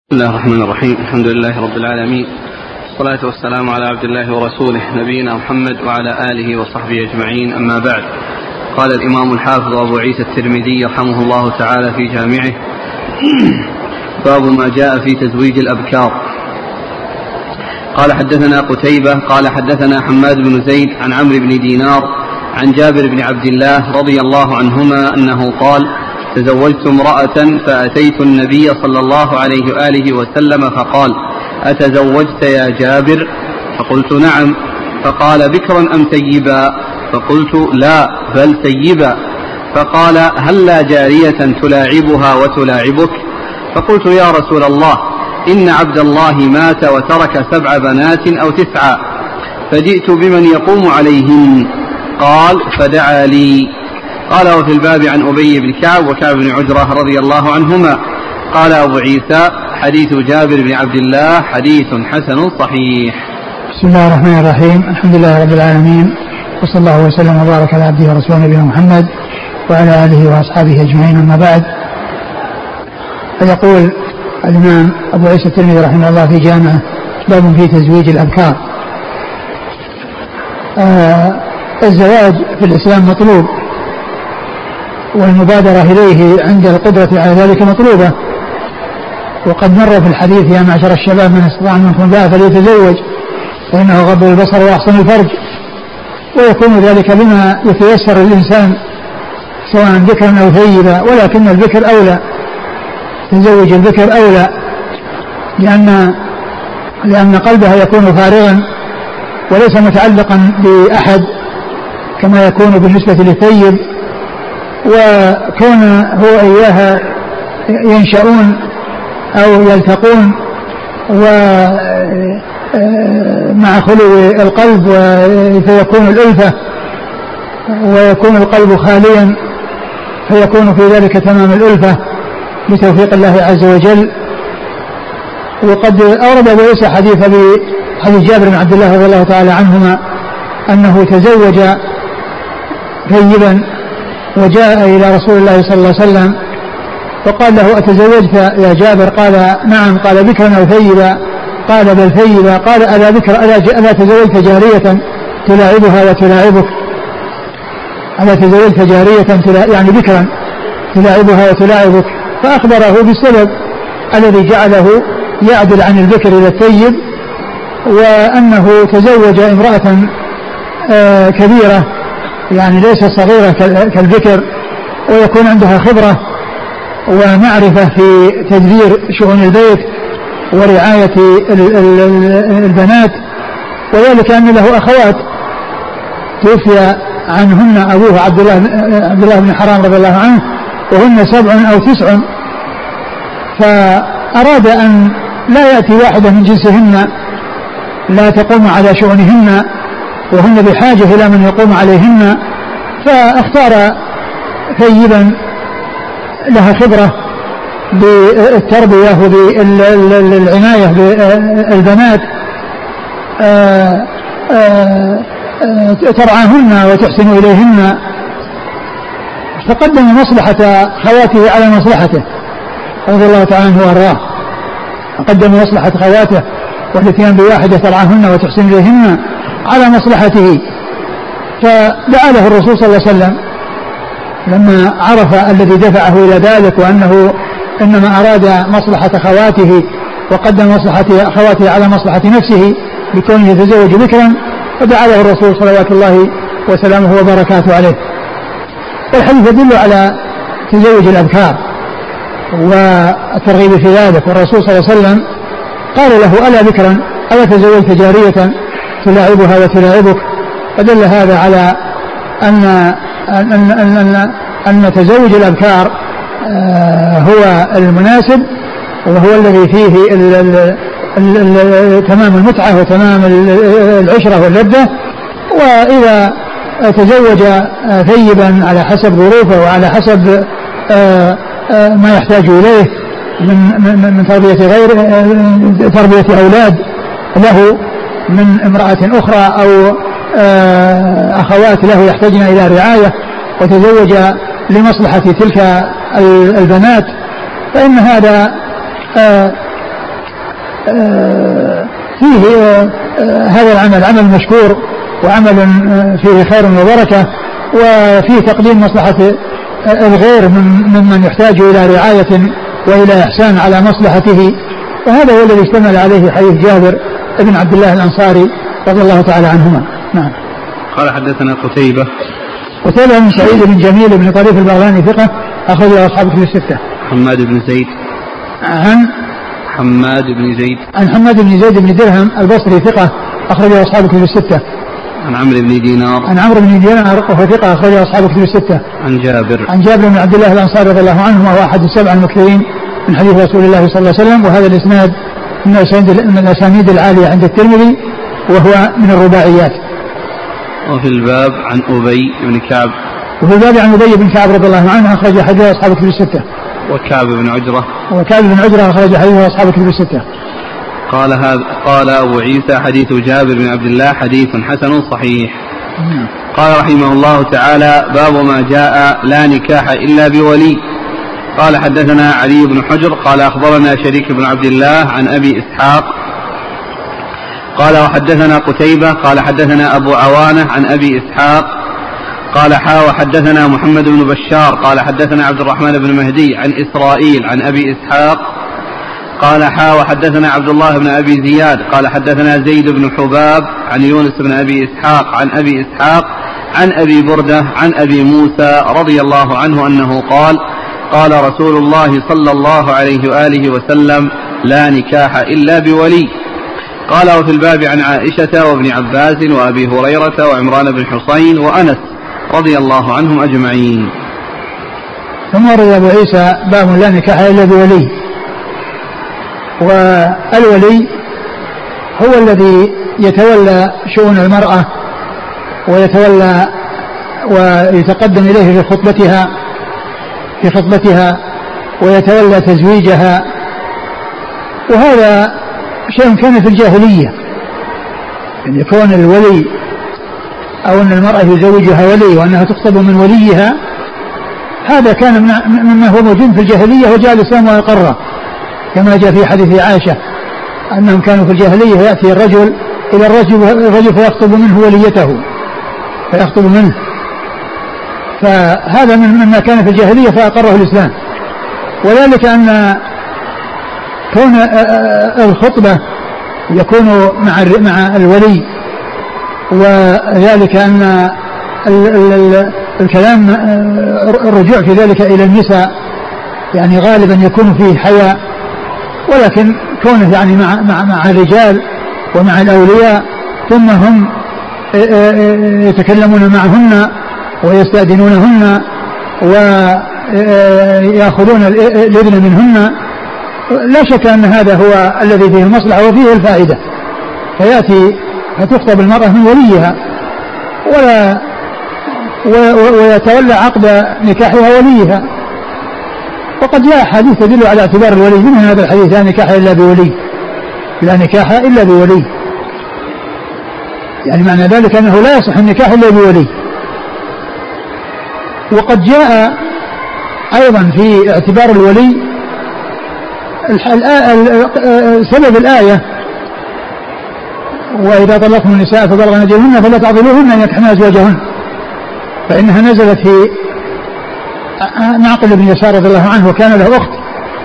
بسم الله الرحمن الرحيم. الحمد لله رب العالمين، والصلاة والسلام على عبد الله ورسوله نبينا محمد وعلى آله وصحبه أجمعين، أما بعد. قال الإمام الحافظ أبو عيسى الترمذي رحمه الله تعالى في جامعه: باب ما جاء في تزويج الأبكار. قال حدثنا قتيبة قال حدثنا حماد بن زيد عن عمرو بن دينار عن جابر بن عبد الله رضي الله عنهما أنه قال: تزوجت امرأة فأتيت النبي صلى الله عليه وآله وسلم فقال: أتزوجت يا جابر؟ فقلت: نعم. فقال: بكرا أم ثيبا؟ فقلت: لا بل ثيبا. فقال: هلا جارية تلاعبها وتلاعبك؟ فقلت: يا رسول الله، إن عبد الله مات وترك 7 بنات أو 9، فجئت بمن يقوم عليهن. قال: فدعا لي. قال: وفي الباب عن أبي بن كعب وكعب بن عجرة رضي الله عنهما. قال أبو عيسى: حديث جابر بن عبد الله حديث حسن صحيح. بسم الله الرحمن الرحيم. الحمد لله رب العالمين، وصلى الله وسلم وبارك على عبده ورسوله نبينا محمد وعلى آله وأصحابه أجمعين، أما بعد. فيقول الإمام أبو عيسى الترمذي رحمه الله في جامعه: باب في تزويج الأبكار. الزواج في الإسلام مطلوب، والمبادرة إليه عند القدرة على ذلك مطلوبة. وقد مر في الحديث: يا معشر الشباب من استطاع منكم باء فليتزوج فإنه غض البصر وأحسن الفرج. ويكون ذلك بما يتيسر الإنسان سواء ذكرا أو ثيبا، ولكن الذكر أولى، تزوج الذكر أولى، لأن قلبها يكون فارغا وليس متعلقا بأحد كما يكون بالنسبة للثيب. وكون هو إياها ينشأون أو يلتقون ومع خلو القلب فيكون الألفة، ويكون القلب خاليا فيكون في ذلك تمام الألفة بتوفيق الله عز وجل. وقد أورد أبو عيسى حديث جابر بن عبد الله رضي الله تعالى عنهما أنه تزوج ثيبا وجاء إلى رسول الله صلى الله عليه وسلم وقال له: أتزوجت يا جابر؟ قال: نعم. قال: بكرا أو ثيبا؟ قال: بل ثيبا. قال: ألا تزوجت جارية تلاعبها وتلاعبك؟ ألا تزوجت جارية يعني بكرا تلاعبها وتلاعبك؟ فأخبره بالسبب الذي جعله يعدل عن البكر إلى الثيب، وأنه تزوج امرأة كبيرة يعني ليست صغيرة كالبكر، ويكون عندها خبرة ومعرفة في تدبير شؤون البيت ورعاية البنات، وذلك أن له أخوات توفي عنهن أبوه عبد الله بن حرام رضي الله عنه، وهن 7 أو 9، فأراد أن لا يأتي واحدة من جنسهن لا تقوم على شؤونهن وهن بحاجة إلى من يقوم عليهن، فاختار ثيبا لها خبرة بالتربية وبالعناية بالبنات ترعاهن وتحسن إليهن، فقدم مصلحة خواته على مصلحته رضي الله تعالى عنه وارضاه. قدم مصلحة خواته والتي بواحدة ترعاهن وتحسن إليهن على مصلحته. فدعا له الرسول صلى الله عليه وسلم لما عرف الذي دفعه إلى ذلك، وأنه إنما أراد مصلحة خواته وقدم مصلحة خواته على مصلحة نفسه بكونه يتزوج بكرا، فدعا له الرسول صلوات الله وسلامه وبركاته عليه. والحديث يدل على تزوج الأبكار والترغيب في ذلك، والرسول صلى الله عليه وسلم قال له: ألا بكرا؟ ألا تزوجت جارية تلاعبها وتلاعبك؟ فدل هذا على أن تزوج الأبكار هو المناسب، وهو الذي فيه تمام المتعة وتمام العشرة واللذة. وإذا تزوج ثيبا على حسب ظروفه وعلى حسب ما يحتاج إليه من تربية أولاد له من امرأة أخرى أو أخوات له يحتاجن إلى رعاية، وتزوج لمصلحة تلك البنات، فإن هذا فيه هذا العمل عمل مشكور وعمل فيه خير وبركة، وفيه تقديم مصلحة الغير ممن يحتاج إلى رعاية وإلى إحسان على مصلحته، وهذا هو الذي اشتمل عليه حديث جابر بن عبد الله الأنصاري رضي الله تعالى عنهما. نعم. قال حدثنا قتيبة بن سعيد بن جميل بن طريف البغلاني ثقة أخرجه أصحاب كتب الستة. حماد بن زيد عن حماد بن زيد بن درهم البصري ثقة أخرجه أصحاب كتب الستة. عن عمرو بن دينار وهو ثقة أخرجه أصحاب كتب الستة. عن جابر بن عبد الله الأنصاري رضي الله عنه وهو أحد السبع المكثرين من حديث رسول الله صلى الله عليه وسلم، وهذا الإسناد من الأسانيد العالية عند الترمذي وهو من الرباعيات. وفي الباب عن أبي بن كعب رضي الله عنه أخرج حديث أصحاب كتب الستة. وكعب بن عجرة أخرج حديث أصحاب كتب الستة. قال أبو عيسى حديث جابر بن عبد الله حديث حسن صحيح. قال رحمه الله تعالى: باب ما جاء لا نكاح إلا بولي. قال حدثنا علي بن حجر قال أخبرنا شريك بن عبد الله عن أبي إسحاق قال وحدثنا قتيبة قال حدثنا أبو عوانة عن أبي إسحاق قال وحدثنا محمد بن بشار قال حدثنا عبد الرحمن بن مهدي عن إسرائيل عن أبي إسحاق قال وحدثنا عبد الله بن أبي زياد قال حدثنا زيد بن حباب عن يونس بن أبي إسحاق عن أبي إسحاق عن أبي بردة عن أبي موسى رضي الله عنه أنه قال رسول الله صلى الله عليه وآله وسلم: لا نكاح إلا بولي. قال وفي الباب عن عائشة وابن عباس وأبي هريرة وعمران بن حصين وأنس رضي الله عنهم أجمعين. ثم ورد أبو عيسى باب لا نكاح إلا بولي. والولي هو الذي يتولى شؤون المرأة ويتولى ويتقدم إليه في خطبتها ويتولى تزويجها، وهذا شيء كان في الجاهلية، أن يكون الولي أو أن المرأة يزوجها ولي وأنها تخطب من وليها، هذا كان مما هو موجود في الجاهلية وجاء الإسلام وأقره، كما جاء في حديث عائشة أنهم كانوا في الجاهلية يأتي الرجل إلى الرجل فيخطب منه وليته فيخطب منه، فهذا مما كان في الجاهلية فأقره الإسلام. وذلك أن كون الخطبة يكون مع الولي، وذلك أن الكلام الرجوع في ذلك إلى النساء يعني غالبا يكون فيه حياء، ولكن كونه يعني مع الرجال ومع الأولياء ثم هم يتكلمون معهن ويستأذنونهن ويأخذون الإذن منهن، لا شك أن هذا هو الذي فيه المصلحة وفيه الفائدة، فيأتي فتخطب المرأة من وليها ويتولى عقد نكاحها وليها. وقد جاء حديث تدل على اعتبار الولي، من هذا الحديث: لا نكاح إلا بولي، لا نكاح إلا بولي، يعني معنى ذلك أنه لا يصح النكاح إلا بولي. وقد جاء أيضا في اعتبار الولي سبب الآية: وإذا طلقتم النساء فبلغن أجلهن فلا تعضلوهن أن ينكحن أزواجهن، فإنها نزلت في معقل بن يسار رضي الله عنه، وكان له أخت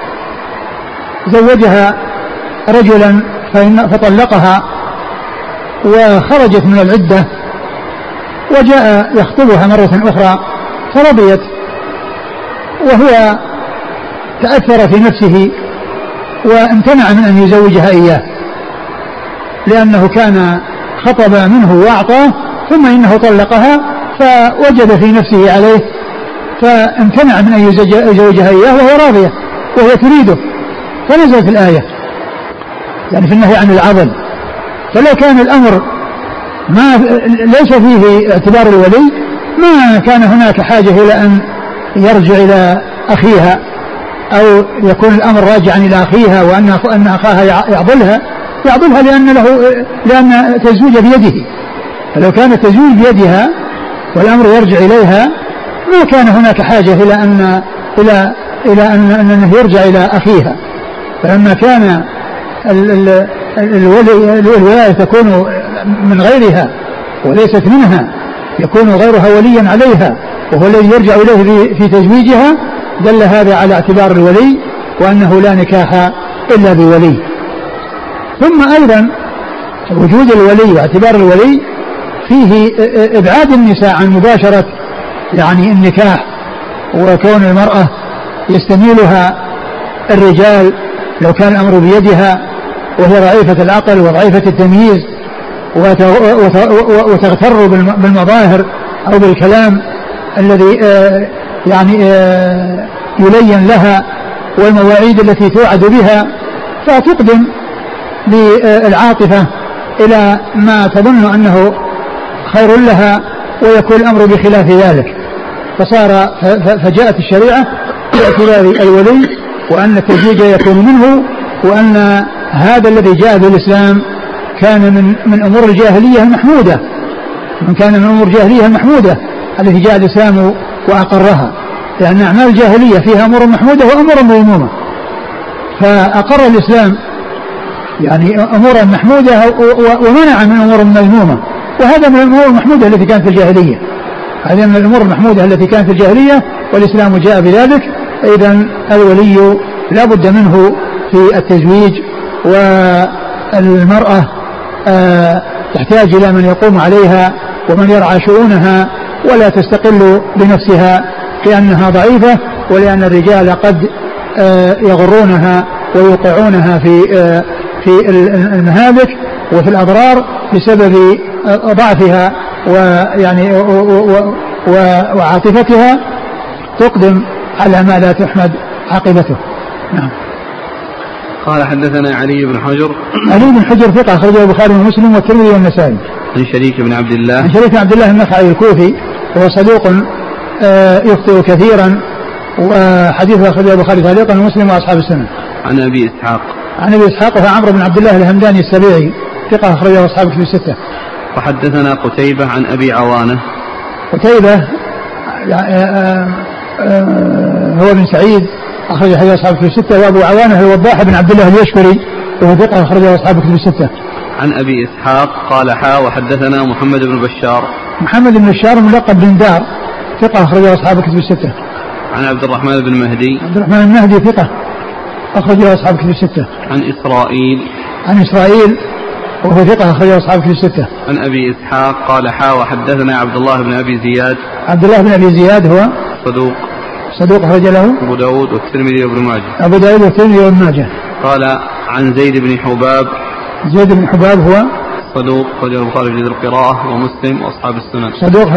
زوجها رجلا فطلقها وخرجت من العدة وجاء يخطبها مرة أخرى فرضيت، وهو تأثر في نفسه وامتنع من أن يزوجها إياه، لأنه كان خطب منه وأعطاه ثم إنه طلقها فوجد في نفسه عليه فامتنع من أن يزوجها إياه وهو راضية وهي تريده، فنزلت الآية يعني في النهي عن العضل. فلو كان الأمر ما ليس فيه اعتبار الولي ما كان هناك حاجة إلى أن يرجع إلى أخيها أو يكون الأمر راجعا إلى أخيها وأن أخاها يعضلها لأن التزويج بيده. فلو كان التزويج بيدها والأمر يرجع إليها ما كان هناك حاجة إلى أنه يرجع إلى أخيها. فلما كان الولاية تكون من غيرها وليست منها، يكون غيرها وليا عليها وهو الذي يرجع إليه في تزويجها، دل هذا على اعتبار الولي وأنه لا نكاح إلا بولي. ثم أيضا وجود الولي واعتبار الولي فيه إبعاد النساء عن مباشرة يعني النكاح، وكون المرأة يستميلها الرجال لو كان الأمر بيدها وهي ضعيفة العقل وضعيفة التمييز وتغتر بالمظاهر أو بالكلام الذي يعني يلين لها والمواعيد التي توعد بها، فتقدم بالعاطفة إلى ما تظن أنه خير لها ويكون الأمر بخلاف ذلك. فجاءت الشريعة باعتبار الولي وأن التزويج يكون منه، وأن هذا الذي جاء بالإسلام كان من أمور الجاهلية المحمودة، التي جاء الإسلام وأقرها، لأن أعمال الجاهلية فيها أمور محمودة وأمور مذمومة، فأقر الإسلام يعني أمورا محمودة ومنع من أمور مذمومة، وهذا من الأمور المحمودة التي كانت في الجاهلية، هذه من الأمور المحمودة التي كانت في الجاهلية والإسلام جاء بذلك. إذن الولي لا بد منه في التزويج، والمرأة تحتاج إلى من يقوم عليها ومن يرعى شؤونها، ولا تستقل بنفسها لأنها ضعيفة، ولأن الرجال قد يغرونها ويوقعونها في المهالك وفي الأضرار بسبب ضعفها ويعني وعاطفتها، تقدم على ما لا تحمد عاقبته. نعم. قال حدثنا علي بن حجر ثقة أخرجه البخاري ومسلم والترمذي والنسائي. عن شريك بن عبد الله النخعي الكوفي وهو صدوق يخطئ كثيرا، وحديثه أخرجه البخاري تعليقا ومسلم وأصحاب السنن. عن أبي إسحاق وهو عمرو بن عبد الله الهمداني السبيعي ثقة أخرجه أصحاب الكتب الستة. وحدثنا قتيبة عن أبي عوانة. قتيبة هو بن سعيد أخرج حديث أصحاب الكتب الستة، وأبو عوانة الوضاح بن عبد الله اليشكري وهو ثقة أخرجه أصحاب الكتب الستة. عن أبي إسحاق قال وحدثنا محمد بن بشار ملقب بن دار ثقة أخرجه أصحاب الكتب الستة. عن عبد الرحمن بن مهدي ثقة أخرجه أصحاب الكتب الستة. عن إسرائيل وهو ثقة أخرجه أصحاب الكتب الستة. عن أبي إسحاق قال وحدثنا عبد الله بن أبي زياد هو صدوق أخرج له أبو داود والترمذي وابن ماجه. قال عن زيد بن حباب هو صدوق أخرج البخاري في جزء القراءة ومسلم وأصحاب السنن.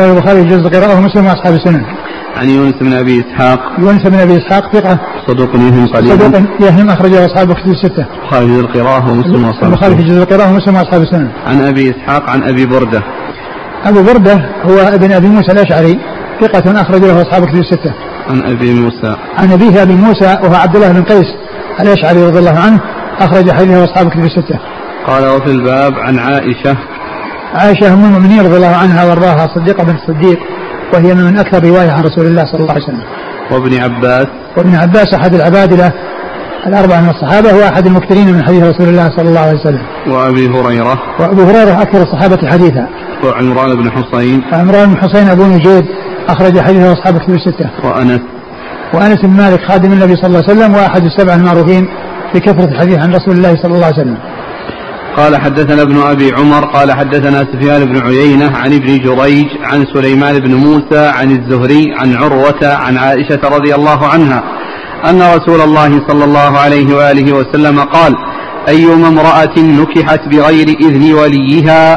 عن يونس بن أبي إسحاق ثقة صدوق يهم أخرجه أصحاب الكتب الستة. البخاري في جزء القراءة ومسلم وأصحاب السنن. عن أبي إسحاق عن أبي بردة هو ابن أبي موسى الأشعري ثقة أخرج له أصحاب الكتب الستة. عن أبيه أبي موسى وهو عبد الله بن قيس الأشعري رضي الله عنه أخرج حديثه أصحاب الكتب الستة. قال وفي الباب عن عائشة أم المؤمنين رضي الله عنها وارضاها صديقة بنت الصديق، وهي من أكثر رواية عن رسول الله صلى الله عليه وسلم. وابن عباس أحد العبادلة الأربعة من الصحابة، وأحد المكثرين من حديث رسول الله صلى الله عليه وسلم. وأبو هريرة أكثر الصحابة حديثا. وعمران بن حسين أبو نجيد أخرج حديثه أصحاب الكتب الستة. وأنس بن مالك خادم النبي صلى الله عليه وسلم وأحد السبع المعروفين بكثرة الحديث عن رسول الله صلى الله عليه وسلم. قال حدثنا ابن أبي عمر قال حدثنا سفيان بن عيينة عن ابن جريج عن سليمان بن موسى عن الزهري عن عروة عن عائشة رضي الله عنها أن رسول الله صلى الله عليه وآله وسلم قال أيما امرأة نكحت بغير إذن وليها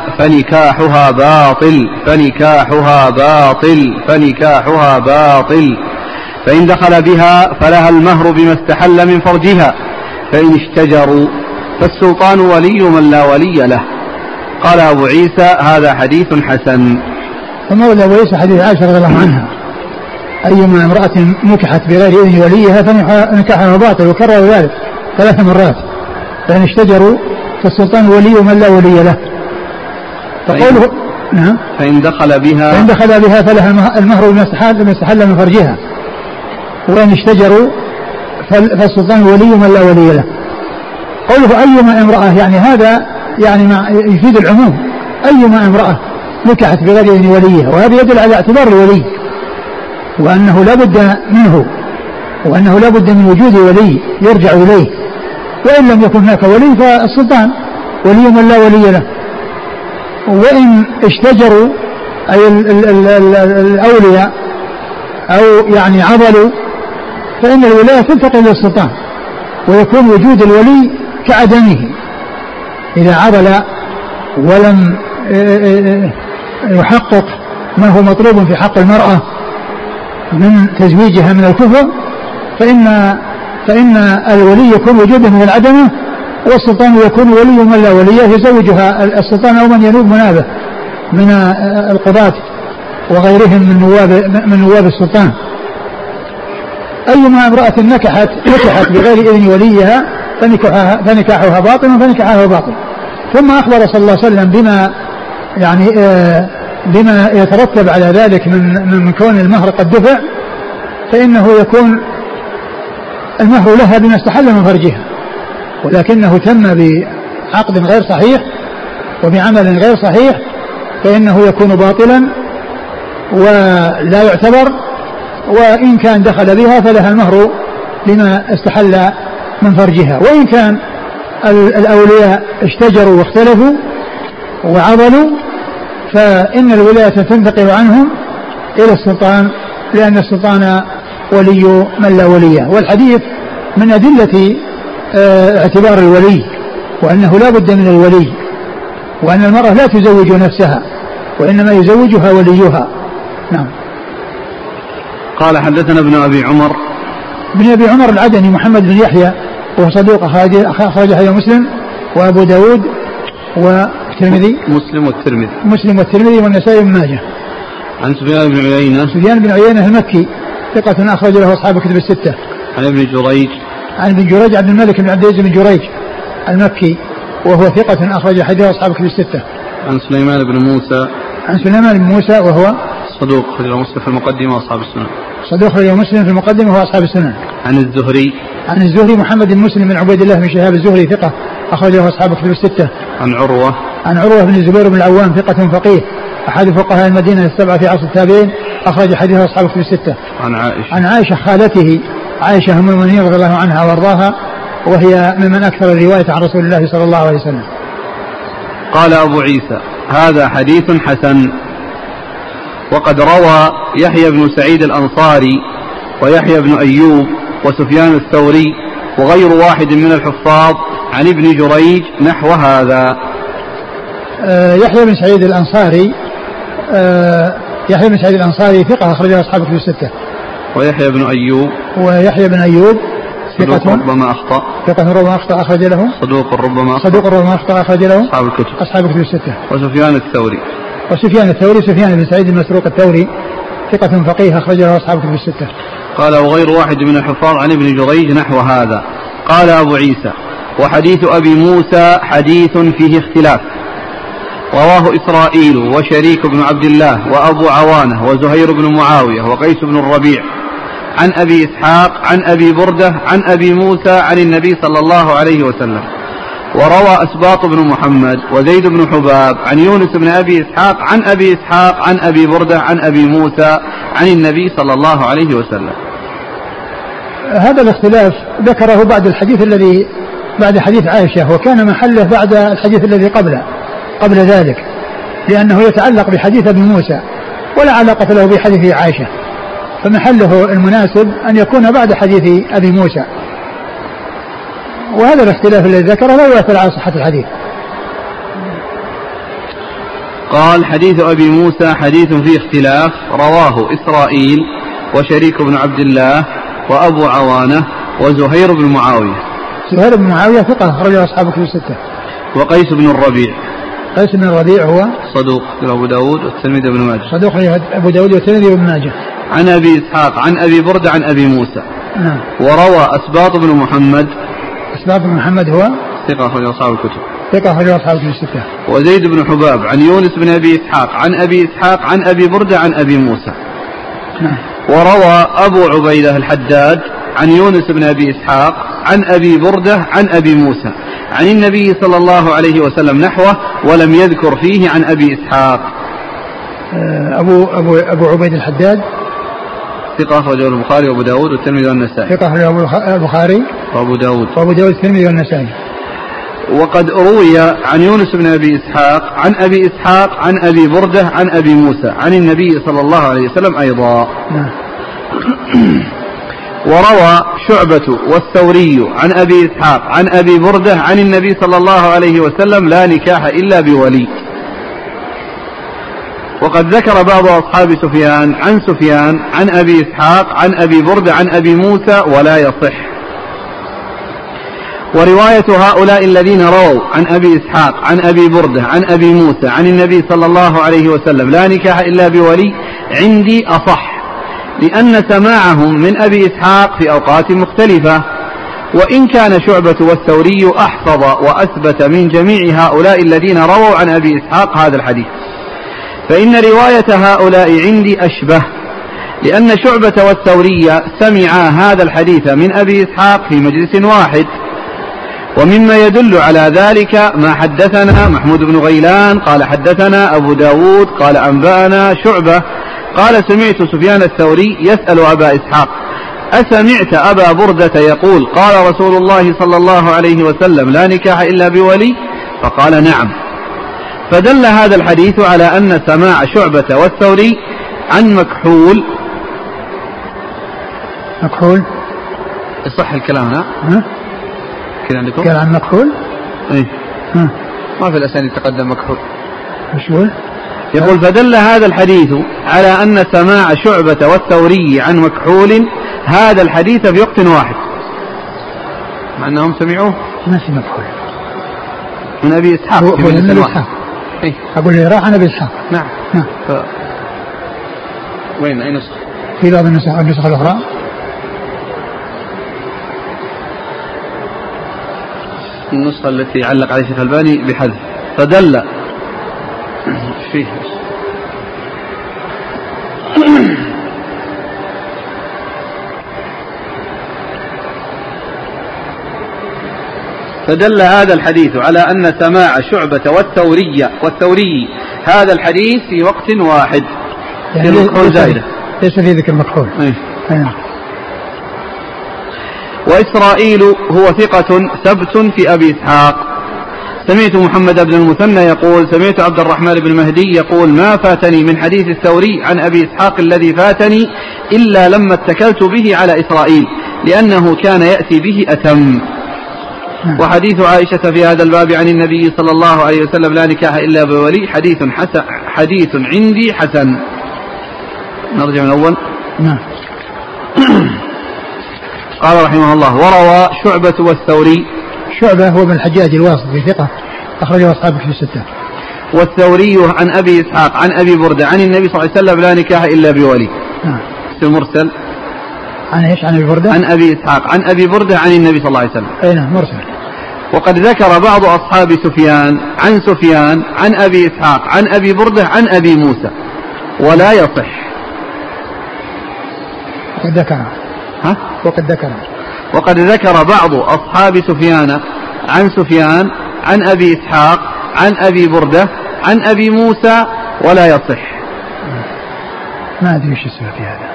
فنكاحها باطل فإن دخل بها فلها المهر بما استحل من فرجها، فإن اشتجروا فالسلطان ولي من لا ولي له. قال أبو عيسى هذا حديث حسن. ثم ورد أبو عيسى حديث عائشة رضي الله عنها أيما امرأة نكحت بغير إذن وليها فنكاحها باطل، وكرر ذلك 3 مرات. فإن اشتجروا فالسلطان ولي من لا ولي له. فقوله نعم فإن دخل بها فلها المهر بما استحل من فرجها، وإن اشتجروا فالسلطان ولي من لا ولي له. قوله أيما امرأة يعني هذا يعني يفيد العموم، أيما امرأة نكحت بغير إذن وليها، وهذا يدل على اعتبار الولي وأنه لا بد منه، وأنه لا بد من وجود ولي يرجع إليه، وإن لم يكن هناك ولي فالسلطان ولي من لا ولي له. وإن اشتجروا أي الأولياء أو يعني عضلوا فإن الولاية تنتقل للسلطان، ويكون وجود الولي كعدمه إذا عضل ولم يحقق ما هو مطلوب في حق المرأة من تزويجها من الكفر، فإن الولي يكون وجوده من العدمة، والسلطان يكون ولي من لا وليه يزوجها السلطان أو من ينوب منابه من القضاة وغيرهم من نواب السلطان. أيما امرأة نكحت بغير إذن وليها فنكاحها باطل فنكاحها باطل. ثم أخبر صلى الله عليه وسلم بما يترتب على ذلك من كون المهر قد دفع، فإنه يكون المهر لها بما استحل من فرجها، ولكنه تم بعقد غير صحيح وبعمل غير صحيح فإنه يكون باطلا ولا يعتبر، وإن كان دخل بها فلها المهر لما استحل من فرجها. وإن كان الأولياء اشتجروا واختلفوا وعضلوا فإن الولاية تنتقل عنهم إلى السلطان، لأن السلطان ولي من لا وليه. والحديث من أدلة اعتبار الولي، وأنه لا بد من الولي، وأن المرأة لا تزوج نفسها وإنما يزوجها وليها. نعم. قال حدثنا ابن أبي عمر العدني محمد بن يحيى وهو صدوق أخرج حديث مسلم وأبو داود والترمذي مسلم والترمذي والنسائي بن ماجه. عن سفيان بن عيينة المكي ثقة أخرج له أصحاب الكتب الستة. عن ابن جريج عبد الملك بن عبد العزيز بن جريج المكي وهو ثقة أخرج حديث أصحاب الكتب الستة. عن سليمان بن موسى وهو صدوق أخرج مسلم في المقدمة وهو أصحاب السنن. عن الزهري محمد بن مسلم بن عبيد الله بن شهاب الزهري ثقة أخرج له أصحاب الكتب الستة. عن عروة بن الزبير بن العوام ثقة فقيه أحد فقهاء المدينة السبعة في عصر التابعين أخرج حديث أصحاب الكتب الستة. عن عائشة خالته عائشة أم المؤمنين رضي الله عنها وارضاها، وهي ممن أكثر الرواية عن رسول الله صلى الله عليه وسلم. قال أبو عيسى هذا حديث حسن. وقد روى يحيى بن سعيد الأنصاري ويحيى بن أيوب وسفيان الثوري وغير واحد من الحفاظ عن ابن جريج نحو هذا. يحيى بن سعيد الأنصاري ثقة أخرجه أصحاب الكتب الستة. ويحيى بن أيوب ثقة ربما أخطأ أخرج له صدوق ربما أخطأ أخرج له أصحاب الكتب الستة. وسفيان الثوري سفيان بن سعيد المسروق الثوري ثقة فقيه أخرج له أصحاب الكتب الستة. قال وغير واحد من الحفاظ عن ابن جريج نحو هذا. قال أبو عيسى وحديث أبي موسى حديث فيه اختلاف، رواه إسرائيل وشريك بن عبد الله وأبو عوانة وزهير بن معاوية وقيس بن الربيع عن أبي إسحاق عن أبي بردة عن أبي موسى عن النبي صلى الله عليه وسلم. وروى أسباط بن محمد وزيد بن حباب عن يونس بن أبي إسحاق عن أبي إسحاق عن أبي بردة عن أبي موسى عن النبي صلى الله عليه وسلم. هذا الاختلاف ذكره بعد حديث عائشة، وكان محله بعد الحديث الذي قبل ذلك، لأنه يتعلق بحديث أبي موسى ولا علاقة له بحديث عائشة، فمحله المناسب أن يكون بعد حديث أبي موسى. وهذا الاختلاف الذي ذكره لا يؤثر على صحة الحديث. قال حديث أبي موسى حديث فيه اختلاف، رواه إسرائيل وشريك بن عبد الله وأبو عوانة وزهير بن معاوية. زهير بن معاوية ثقة رجل أصحاب الكتب الستة. وقيس بن الربيع هو صدوق أبو داود والترمذي بن ماجه. صدوق أبو داود والترمذي بن ماجه. عن أبي إسحاق عن أبي بردة عن أبي موسى. نعم. وروى أسباط بن محمد هو ثقة أخرج أصحاب الكتب. الستة. وزيد بن حباب عن يونس بن أبي إسحاق عن أبي إسحاق عن أبي بردة عن أبي موسى. نعم. وروى أبو عبيدة الحداد عن يونس بن أبي إسحاق عن أبي بردة عن أبي موسى عن النبي صلى الله عليه وسلم نحوه ولم يذكر فيه عن أبي إسحاق. أبو عبيد الحداد ثقة أخرجه البخاري وأبو داود والترمذي والنسائي. ثقة أخرجه البخاري وأبو داود والترمذي والنسائي. وقد روي عن يونس بن أبي إسحاق عن أبي إسحاق عن أبي بردة عن أبي موسى عن النبي صلى الله عليه وسلم أيضا. وروى شعبة والثوري عن أبي إسحاق عن أبي بردة عن النبي صلى الله عليه وسلم لا نكاح إلا بولي. وقد ذكر بعض أصحاب سفيان عن أبي إسحاق عن أبي بردة عن أبي موسى ولا يصح. ورواية هؤلاء الذين رووا عن أبي إسحاق عن أبي بردة عن أبي موسى عن النبي صلى الله عليه وسلم لا نكاح إلا بولي عندي أصح، لأن سماعهم من أبي إسحاق في أوقات مختلفة، وإن كان شعبة والثوري أحفظ وأثبت من جميع هؤلاء الذين رووا عن أبي إسحاق هذا الحديث، فإن رواية هؤلاء عندي أشبه، لأن شعبة والثوري سمعا هذا الحديث من أبي إسحاق في مجلس واحد. ومما يدل على ذلك ما حدثنا محمود بن غيلان قال حدثنا أبو داود قال أنبأنا شعبة قال سمعت سفيان الثوري يسأل أبا إسحاق أسمعت أبا بردة يقول قال رسول الله صلى الله عليه وسلم لا نكاح إلا بولي؟ فقال نعم. فدل هذا الحديث على أن سماع شعبة والثوري عن مكحول يصح الكلام لا؟ كده عندكم؟ كان عن مكحول؟ ايه ما في الأسانيد تقدم مكحول. مشهور؟ يقول فدل هذا الحديث على أن سماع شعبة والثوري عن مكحول هذا الحديث في وقت واحد، مع أنهم سمعوه ما في مكحول من أبي إسحاق هو من أبي إسحاق. إيه؟ أقول لي راح عن أبي إسحاق. نعم. وين أي نسخة؟ في بعض النسخ الأخرى النسخة التي علق عليها الشيخ الألباني بحذف فدل فيه فدل هذا الحديث على أن سماع شعبة والثوري هذا الحديث في وقت واحد يعني المكحول زائدة ليس في ذكر المكحول. وإسرائيل هو ثقة ثبت في أبي إسحاق. سمعت محمد بن المثنى يقول سمعت عبد الرحمن بن مهدي يقول ما فاتني من حديث الثوري عن أبي إسحاق الذي فاتني إلا لما اتكلت به على إسرائيل لأنه كان يأتي به أتم. وحديث عائشة في هذا الباب عن النبي صلى الله عليه وسلم لا نكاح إلا بولي حديث عندي حسن. نرجع من الأول. قال رحمه الله وروى شعبة والثوري. شعبة هو بن الحجاج الواسطي ثقة أخرجه أصحاب في الستة. والثوري عن أبي إسحاق عن أبي بردة عن النبي صلى الله عليه وسلم لا نكاح إلا بولي. مرسل عن إيش؟ عن أبي بردة عن أبي إسحاق عن أبي بردة عن النبي صلى الله عليه وسلم. أي نعم مرسل. وقد ذكر بعض أصحاب سفيان عن أبي إسحاق عن أبي بردة عن أبي موسى ولا يصح. وقد ذكر بعض أصحاب سفيان عن أبي إسحاق عن أبي بردة عن أبي موسى ولا يصح. ما أدري وش السبب في هذا.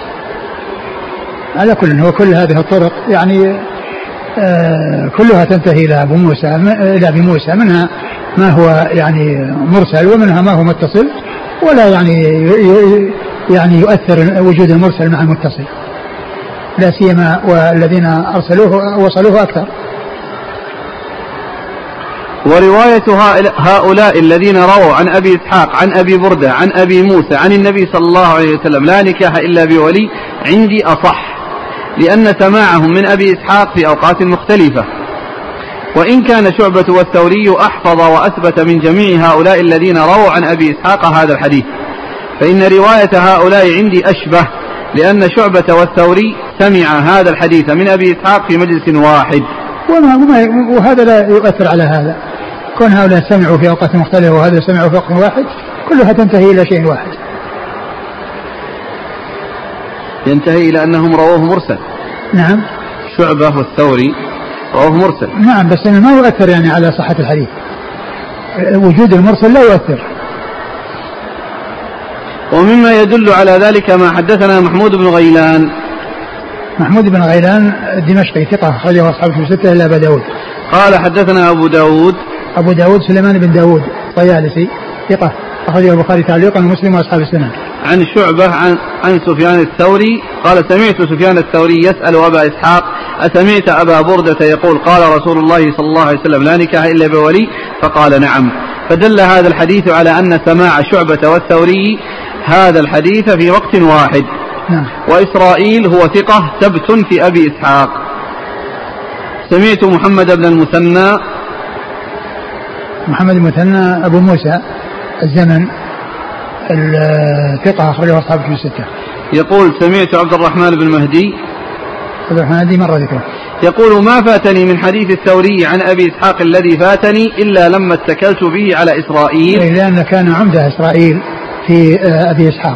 على كل هو كل هذه الطرق يعني كلها تنتهي إلى أبي موسى منها ما هو يعني مرسل ومنها ما هو متصل، ولا يعني يؤثر وجود المرسل مع المتصل، لا سيما والذين أرسلوه وصلوه أكثر. ورواية هؤلاء الذين رووا عن أبي إسحاق عن أبي بردة عن أبي موسى عن النبي صلى الله عليه وسلم لا نكاح إلا بولي عندي أصح، لأن سماعهم من أبي إسحاق في أوقات مختلفة، وإن كان شعبة والثوري أحفظ وأثبت من جميع هؤلاء الذين رووا عن أبي إسحاق هذا الحديث، فإن رواية هؤلاء عندي أشبه، لأن شعبة والثوري سمع هذا الحديث من أبي إسحاق في مجلس واحد. وهذا لا يؤثر على هذا، كون هؤلاء سمعوا في أوقات مختلفة وهذا سمعوا في وقت واحد كلها تنتهي إلى شيء واحد، ينتهي إلى أنهم رووه مرسل. نعم. شعبة والثوري رواه مرسل. نعم، بس إنه ما يؤثر يعني على صحة الحديث، وجود المرسل لا يؤثر. ومما يدل على ذلك ما حدثنا محمود بن غيلان. محمود بن غيلان الدمشقي ثقة أخرجه أصحاب الكتب الستة إلا أبا داود. قال حدثنا أبو داود سليمان بن داود الطيالسي ثقة أخرجه البخاري تعليقا ومسلم وأصحاب السنن. عن شعبة عن سفيان الثوري قال سمعت سفيان الثوري يسأل أبا إسحاق أسمعت أبا بردة يقول قال رسول الله صلى الله عليه وسلم لا نكاح إلا بولي؟ فقال نعم. فدل هذا الحديث على أن سماع شعبة والثوري هذا الحديث في وقت واحد. نعم. وإسرائيل هو ثقة ثبت في أبي إسحاق. سمعت محمد بن المثنى. محمد المثنى أبو موسى الزمن الثقة أخرجه أصحاب الكتب الستة. يقول سمعت عبد الرحمن بن مهدي. عبد الرحمن هذه مرة ذكره. يقول ما فاتني من حديث الثوري عن أبي إسحاق الذي فاتني إلا لما اتكلت به على إسرائيل. لأن كان عمدة إسرائيل في أبي إسحاق،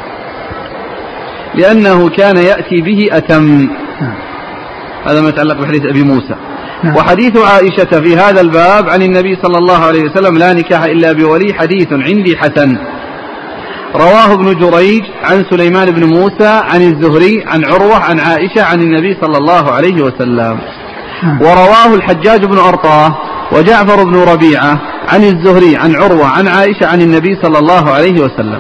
لأنه كان يأتي به أتم. هذا ما يتعلق بحديث أبي موسى. وحديث عائشة في هذا الباب عن النبي صلى الله عليه وسلم لا نكاح إلا بولي حديث عندي حسن. رواه ابن جريج عن سليمان بن موسى عن الزهري عن عروة عن عائشة عن النبي صلى الله عليه وسلم. ورواه الحجاج بن أرطاه وجعفر بن ربيعة عن الزهري عن عروة عن عائشة عن النبي صلى الله عليه وسلم.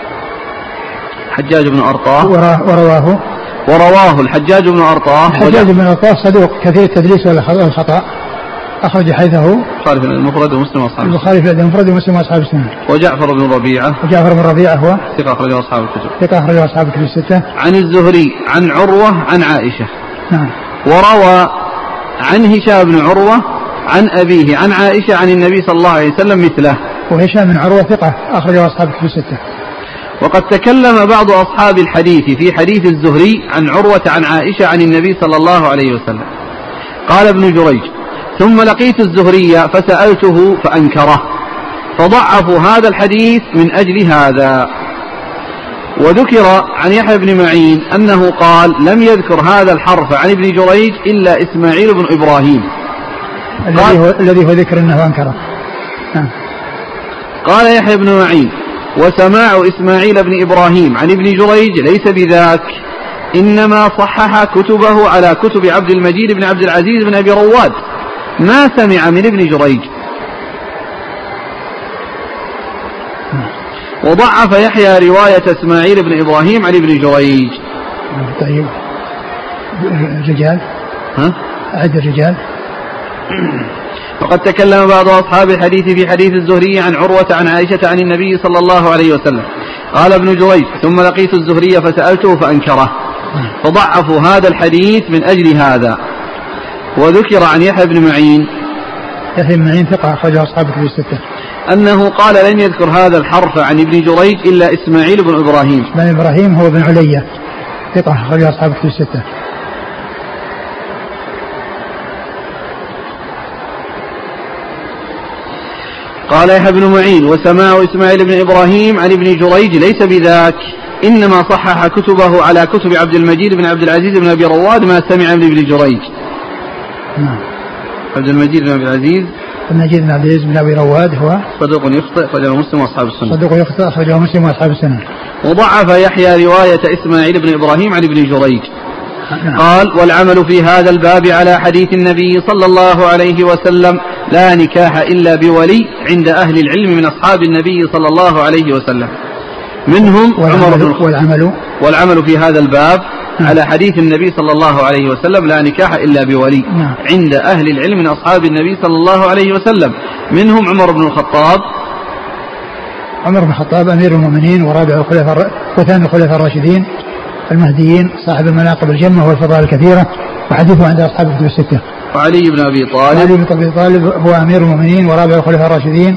حجاج بن أرطاه ورواه الحجاج بن أرطاه. الحجاج بن أرطاه صدوق كثير التدليس والخطأ أخرج حديثه البخاري في المفرد ومسلم وأصحاب البخاري في المفرد ومسلم وأصحاب السنن. وجعفر بن ربيعة هو ثقة أخرجه أصحاب الكتب الستة. عن الزهري عن عروة عن عائشة. نعم. وروى عن هشام بن عروة عن أبيه عن عائشة عن النبي صلى الله عليه وسلم مثله. وهشام بن عروة ثقة أخرجه أصحاب الكتب الستة. وقد تكلم بعض أصحاب الحديث في حديث الزهري عن عروة عن عائشة عن النبي صلى الله عليه وسلم. قال ابن جريج ثم لقيت الزهري فسألته فأنكره فضعفوا هذا الحديث من أجل هذا. وذكر عن يحيى بن معين أنه قال لم يذكر هذا الحرف عن ابن جريج إلا إسماعيل بن إبراهيم الذي هو ذكر أنه أنكره. قال يحيى بن معين وسماع إسماعيل بن إبراهيم عن ابن جريج ليس بذاك، إنما صحح كتبه على كتب عبد المجيد بن عبد العزيز بن أبي رواد ما سمع من ابن جريج. وضعف يحيى رواية إسماعيل بن إبراهيم عن ابن جريج. طيب الرجال أعد الرجال. وقد تكلم بعض أصحاب الحديث في حديث الزهري عن عروة عن عائشة عن النبي صلى الله عليه وسلم. قال ابن جريج ثم لقيت الزهري فسألته فأنكره فضعفوا هذا الحديث من أجل هذا. وذكر عن يحيى بن معين ثقة أخرجه أصحاب الكتب الستة أنه قال لم يذكر هذا الحرف عن ابن جريج إلا إسماعيل بن إبراهيم. إسماعيل بن إبراهيم هو بن علية ثقة أخرجه أصحاب الكتب الستة. قال يحيى بن معين وسماع إسماعيل بن إبراهيم عن ابن جريج ليس بذاك، إنما صحح كتبه على كتب عبد المجيد بن عبد العزيز بن أبي رواد ما سمع من ابن جريج. عبد المجيد بن عبد العزيز بن عبد العزيز بن أبي رواد هو صدوق يخطئ أخرجه مسلم وأصحاب السنة. وضعف يحيى رواية إسماعيل بن إبراهيم عن ابن جريج. قال والعمل في هذا الباب على حديث النبي صلى الله عليه وسلم لا نكاح إلا بولي عند أهل العلم من أصحاب النبي صلى الله عليه وسلم منهم عمر بن الخطاب. والعمل في هذا الباب على حديث النبي صلى الله عليه وسلم لا نكاح إلا بولي عند أهل العلم من أصحاب النبي صلى الله عليه وسلم منهم عمر بن الخطاب. عمر بن الخطاب أمير المؤمنين ورابع وثاني الخلفاء الراشدين المهديين صاحب المناقب الجمة والفضائل الكثيرة وحديثه عند أصحاب الكتب الستة. وعلي بن أبي طالب هو أمير المؤمنين ورابع الخلفاء الراشدين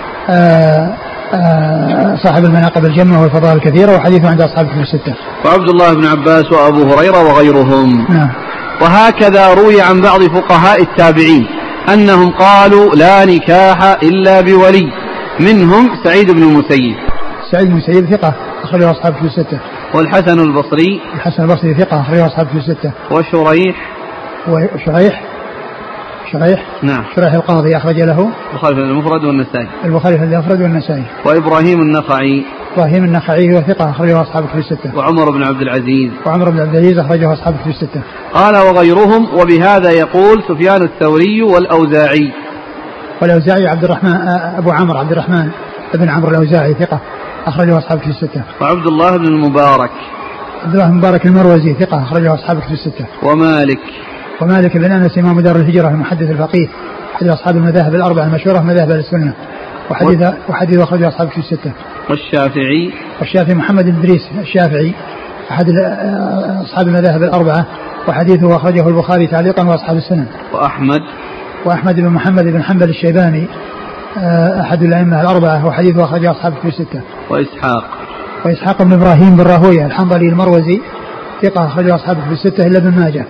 صاحب المناقب الجمة والفضائل الكثيرة وحديثه عند أصحاب الكتب الستة. وعبد الله بن عباس وأبو هريرة وغيرهم. وهكذا روي عن بعض فقهاء التابعين أنهم قالوا لا نكاح إلا بولي منهم سعيد بن المسيب. سعيد بن المسيب ثقة أخرجه أصحاب الكتب الستة. والحسن البصري ثقة أخرجه أصحاب الكتب الستة. وشريح شريح. نعم. شريح القاضي أخرج له البخاري في المفرد والنسائي. البخاري في المفرد والنسائي. وإبراهيم النخعي. إبراهيم النخعي هو ثقة أخرجه أصحاب الكتب الستة. وعمر بن عبد العزيز. وعمر بن عبد العزيز أخرجه أصحاب الكتب الستة. قال وغيرهم وبهذا يقول سفيان الثوري والأوزاعي. والأوزاعي عبد الرحمن أبو عمرو عبد الرحمن بن عمرو الأوزاعي ثقة أخرجه أصحاب الكتب الستة. وعبد الله بن المبارك. عبد الله بن المبارك المروزي ثقة أخرجه أصحاب الكتب الستة. ومالك بن أنس إمام دار الهجرة المحدث الفقيه أحد أصحاب المذاهب الأربعة المشهورة مذاهب السنة وحديث أخرجه أصحاب الكتب الستة. والشافعي محمد بن إدريس الشافعي أحد أصحاب المذاهب الأربعة وحديثه أخرجه البخاري تعليقا وأصحاب السنن. وأحمد بن محمد بن حنبل الشيباني أحد الأئمة الأربعة وحديثه أخرجه أصحاب الكتب الستة. وإسحاق بن إبراهيم بن راهويه الحنظلي المروزي ثقة أخرجه أصحاب الكتب الستة إلا ابن ماجه.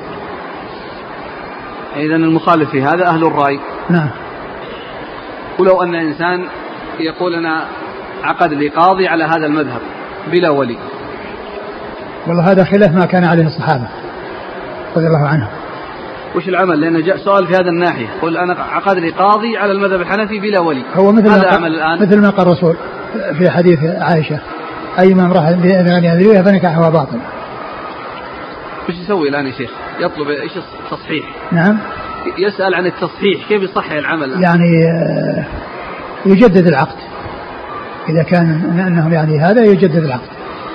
إذن المخالف في هذا أهل الرأي. نعم. ولو أن إنسان يقول أنا عقد لي قاضي على هذا المذهب بلا ولي. والله هذا خلاف ما كان عليه الصحابة رضي الله عنهم. وش العمل؟ لأنه جاء سؤال في هذا الناحية. قل أنا عقد لي قاضي على المذهب الحنفي بلا ولي. هو مثل ما قال الرسول في حديث عائشة أيما امرأة بغير أذنها فنكاحها باطل. وش يسوي الآن يا شيخ؟ يطلب إيش التصحيح؟ نعم. يسأل عن التصحيح كيف يصحح العمل؟ يعني يجدد العقد إذا كان أنهم يعني هذا يجدد العقد.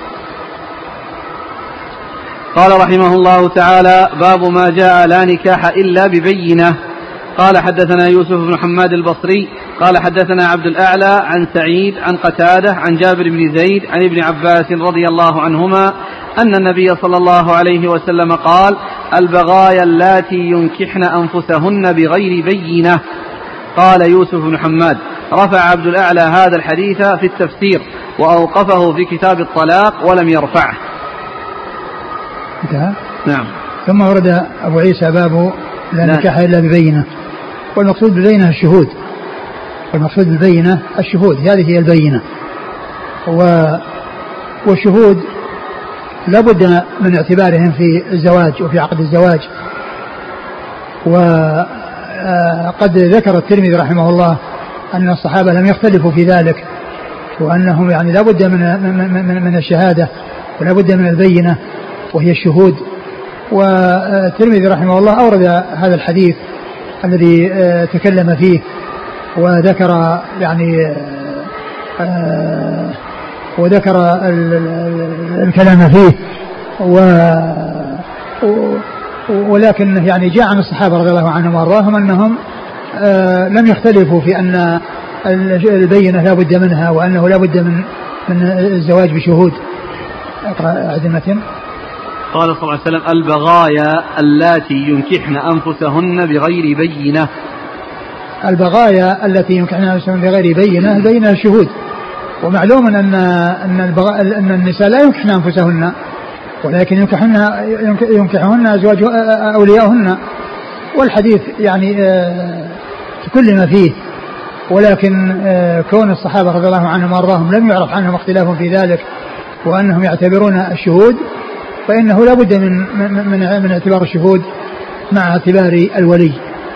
قال رحمه الله تعالى باب ما جاء لا نكاح إلا ببينة. قال حدثنا يوسف بن حماد البصري قال حدثنا عبد الأعلى عن سعيد عن قتادة عن جابر بن زيد عن ابن عباس رضي الله عنهما أن النبي صلى الله عليه وسلم قال البغايا اللاتي ينكحن أنفسهن بغير بينة. قال يوسف بن حماد رفع عبد الأعلى هذا الحديث في التفسير وأوقفه في كتاب الطلاق ولم يرفعه. نعم. ثم ورد أبو عيسى باب لا نكاح إلا ببينة. والمقصود بالبينة الشهود. هذه هي البينة. والشهود لابد من اعتبارهم في الزواج وفي عقد الزواج. وقد ذكر الترمذي رحمه الله أن الصحابة لم يختلفوا في ذلك وأنهم يعني لابد من الشهادة ولابد من البينة وهي الشهود. والترمذي رحمه الله أورد هذا الحديث الذي تكلم فيه وذكر يعني الكلام فيه ولكن يعني جاء عن الصحابة رضي الله عنهم وارضاهم أنهم لم يختلفوا في أن البينة لا بد منها وأنه لا بد من الزواج بشهود. اقرأ أعد المتن. قال صلى الله عليه وسلم البغايا اللاتي ينكحن أنفسهن بغير بينة. البغايا التي ينكحن أنفسهن بغير بينة البينة الشهود. ومعلوم أن النساء لا ينكحن أنفسهن ولكن ينكحهن أزواج أولياؤهن. والحديث يعني تكلم فيه ولكن كون الصحابة رضي الله عنهم وارضاهم لم يعرف عنهم اختلاف في ذلك وأنهم يعتبرون الشهود فإنه لا بد من اعتبار الشهود مع اعتبار الولي.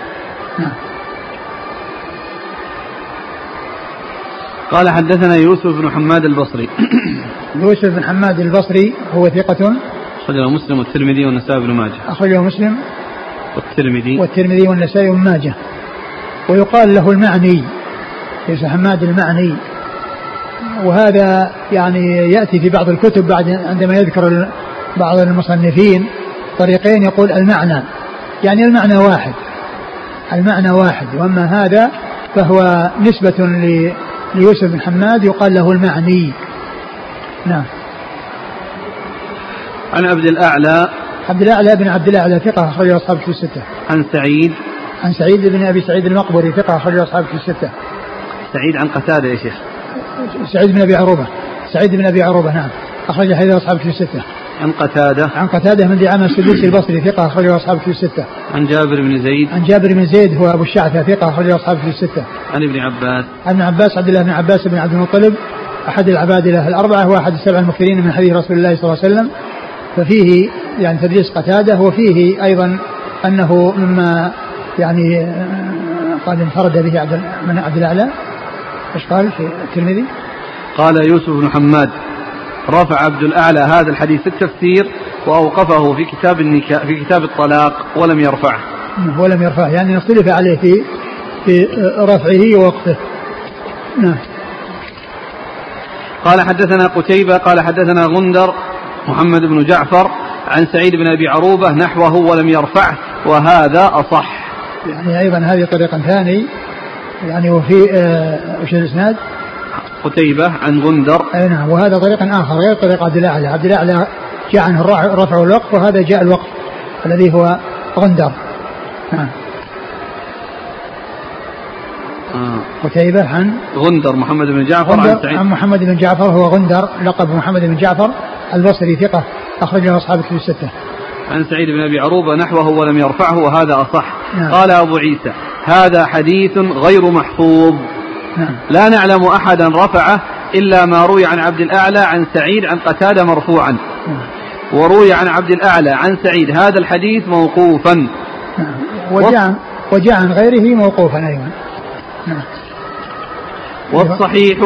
قال حدثنا يوسف بن حماد البصري. يوسف بن حماد البصري هو ثقة أخرجه مسلم والترمذي والنسائي بن ماجه. أخرجه مسلم والترمذي والنسائي بن ماجه. ويقال له المعني يوسف حماد المعني. وهذا يعني يأتي في بعض الكتب بعد عندما يذكر بعض المصنفين طريقين يقول المعنى يعني المعنى واحد وأما هذا فهو نسبة ليوسف بن حماد يقال له المعني. نعم. عن عبد الأعلى بن عبد الأعلى ثقة أخرجه أصحاب الكتب الستة. عن سعيد بن أبي سعيد المقبري ثقة أخرجه أصحاب الكتب الستة. سعيد عن قتادة يا شيخ. سعيد بن أبي عروبة نعم أخرج حديث أصحاب الكتب الستة. عن قتادة من دعامة السدوسي البصري ثقة أخرجه أصحاب الكتب الستة. عن جابر بن زيد هو أبو الشعثة ثقة أخرجه أصحاب الكتب الستة. عن ابن عباس عبد الله بن عباس بن عبد المطلب أحد العبادلة الأربعة وأحد السبع المكثرين من حديث رسول الله صلى الله عليه وسلم. ففيه يعني تدليس قتادة وفيه أيضا أنه مما يعني قال انفرد به من عبد الأعلى. ايش قال في الترمذي؟ قال يوسف بن حماد رفع عبد الأعلى هذا الحديث في التفسير وأوقفه في كتاب في كتاب الطلاق ولم يرفعه. يعني اختلف عليه في رفعه ووقفه. نعم. قال حدثنا قتيبة قال حدثنا غندر محمد بن جعفر عن سعيد بن أبي عروبة نحوه ولم يرفعه وهذا أصح. يعني أيضا هذه طريقة ثاني يعني وفي وش الإسناد؟ قتيبة عن غندر. أي نعم. وهذا طريق آخر غير طريق عبد الأعلى جاء عنه الرفع والوقف وهذا جاء الوقف الذي هو غندر. نعم. قتيبة عن غندر محمد بن جعفر عن سعيد عن محمد بن جعفر هو غندر لقب محمد بن جعفر البصري ثقة أخرج له أصحاب الكتب الستة. عن سعيد بن أبي عروبة نحوه ولم يرفعه وهذا أصح. نعم. قال أبو عيسى هذا حديث غير محفوظ. نعم. لا نعلم أحدا رفعه إلا ما روي عن عبد الأعلى عن سعيد عن قتادة مرفوعا. نعم. وروي عن عبد الأعلى عن سعيد هذا الحديث موقوفا. نعم. وجاء عن غيره موقوفا أيضا. نعم. والصحيح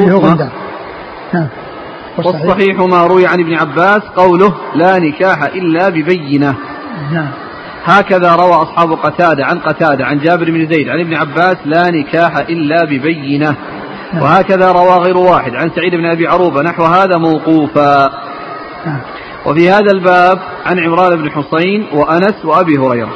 والصحيح ما روي عن ابن عباس قوله لا نكاح إلا ببينة. نعم. هكذا روى أصحاب قتادة عن جابر بن زيد عن ابن عباس لا نكاح إلا ببينة. نعم. وهكذا روى غير واحد عن سعيد بن أبي عروبة نحو هذا موقوفا. نعم. وفي هذا الباب عن عمران بن حسين وأنس وأبي هريرة.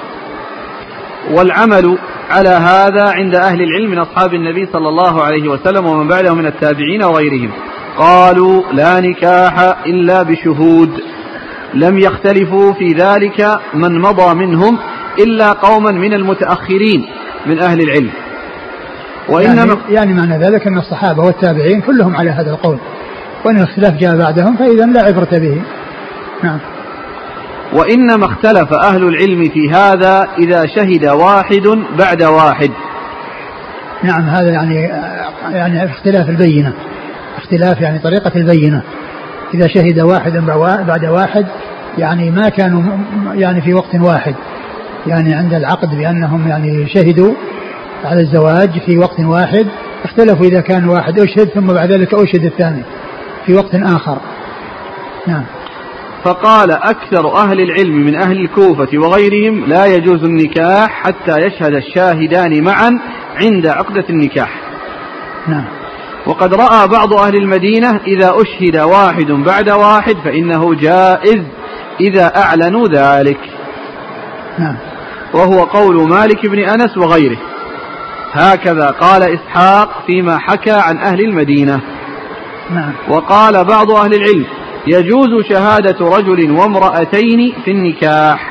والعمل على هذا عند أهل العلم من أصحاب النبي صلى الله عليه وسلم ومن بعده من التابعين وغيرهم قالوا لا نكاح إلا بشهود. لم يختلفوا في ذلك من مضى منهم إلا قوما من المتأخرين من أهل العلم. وإنما يعني معنى ذلك أن الصحابة والتابعين كلهم على هذا القول وأن الاختلاف جاء بعدهم فإذا لا عبرة به. نعم. وإنما اختلف أهل العلم في هذا إذا شهد واحد بعد واحد. نعم. هذا يعني اختلاف البينة اختلاف يعني طريقة البينة إذا شهد واحد بعد واحد يعني ما كانوا يعني في وقت واحد يعني عند العقد بأنهم يعني شهدوا على الزواج في وقت واحد اختلفوا إذا كان واحد أشهد ثم بعد ذلك أشهد الثاني في وقت آخر. نعم. فقال أكثر أهل العلم من أهل الكوفة وغيرهم لا يجوز النكاح حتى يشهد الشاهدان معا عند عقدة النكاح. نعم. وقد رأى بعض أهل المدينة إذا أشهد واحد بعد واحد فإنه جائز إذا أعلنوا ذلك. نعم. وهو قول مالك بن أنس وغيره. هكذا قال إسحاق فيما حكى عن أهل المدينة. نعم. وقال بعض أهل العلم يجوز شهادة رجل وامرأتين في النكاح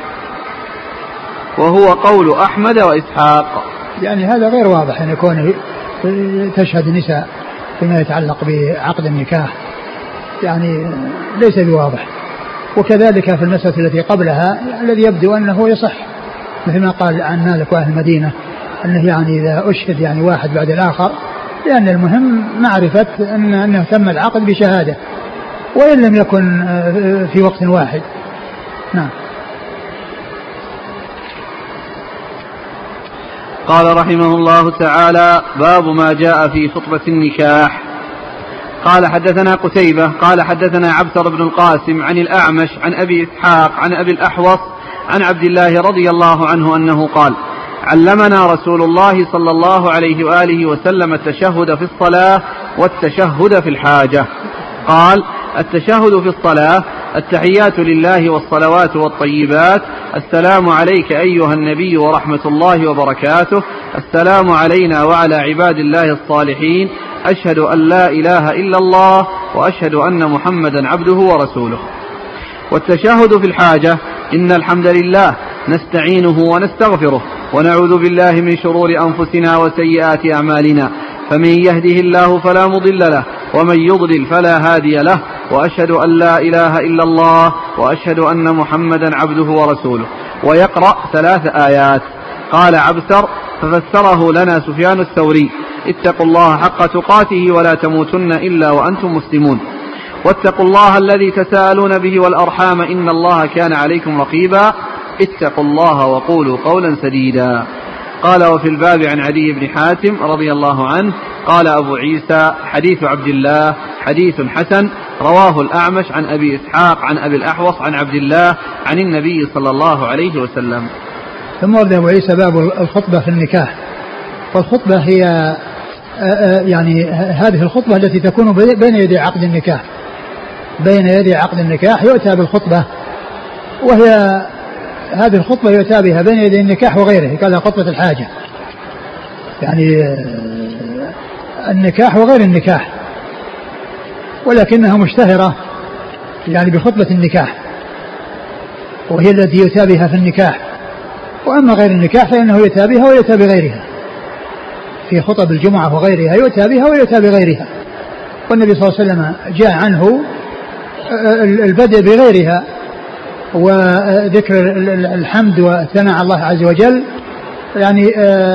وهو قول أحمد وإسحاق. يعني هذا غير واضح أن يكون تشهد النساء فيما يتعلق بعقد النكاح يعني ليس بواضح. وكذلك في المسألة التي قبلها الذي يبدو أنه يصح مثل ما قال عن مالك وأهل المدينة أنه يعني إذا أشهد يعني واحد بعد الآخر لأن المهم معرفة أنه تم العقد بشهادة وإن لم يكن في وقت واحد. نعم. قال رحمه الله تعالى باب ما جاء في خطبة النكاح. قال حدثنا قتيبة قال حدثنا عبثر بن القاسم عن الأعمش عن أبي إسحاق عن أبي الأحوص عن عبد الله رضي الله عنه أنه قال علمنا رسول الله صلى الله عليه وآله وسلم التشهد في الصلاة والتشهد في الحاجة. قال التشهد في الصلاة التحيات لله والصلوات والطيبات السلام عليك أيها النبي ورحمة الله وبركاته السلام علينا وعلى عباد الله الصالحين أشهد أن لا إله إلا الله وأشهد أن محمدا عبده ورسوله. والتشهد في الحاجة إن الحمد لله نستعينه ونستغفره ونعوذ بالله من شرور أنفسنا وسيئات أعمالنا فمن يهده الله فلا مضل له ومن يضلل فلا هادي له وأشهد أن لا إله إلا الله وأشهد أن محمدا عبده ورسوله. ويقرأ 3 آيات. قال عبثر ففسره لنا سفيان الثوري اتقوا الله حق تقاته ولا تموتن إلا وأنتم مسلمون واتقوا الله الذي تساءلون به والأرحام إن الله كان عليكم رقيبا اتقوا الله وقولوا قولا سديدا. قال وفي الباب عن عدي بن حاتم رضي الله عنه قال أبو عيسى حديث عبد الله حديث حسن رواه الأعمش عن أبي إسحاق عن أبي الأحوص عن عبد الله عن النبي صلى الله عليه وسلم. ثم ورد أبو عيسى باب الخطبة في النكاح. والخطبة هي يعني هذه الخطبة التي تكون بين يدي عقد النكاح، بين يدي عقد النكاح يؤتى بالخطبة، وهي هذه الخطبة يؤتى بها بين يدي النكاح وغيره، قال خطبة الحاجة، يعني النكاح وغير النكاح، ولكنها مشتهرة يعني بخطبة النكاح، وهي التي يؤتى بها في النكاح. وأما غير النكاح فإنه يؤتى بها ويؤتى بغيرها، في خطب الجمعة وغيرها يؤتى بها ويؤتى بغيرها. والنبي صلى الله عليه وسلم جاء عنه البدء بغيرها وذكر الحمد والثناء على الله عز وجل، يعني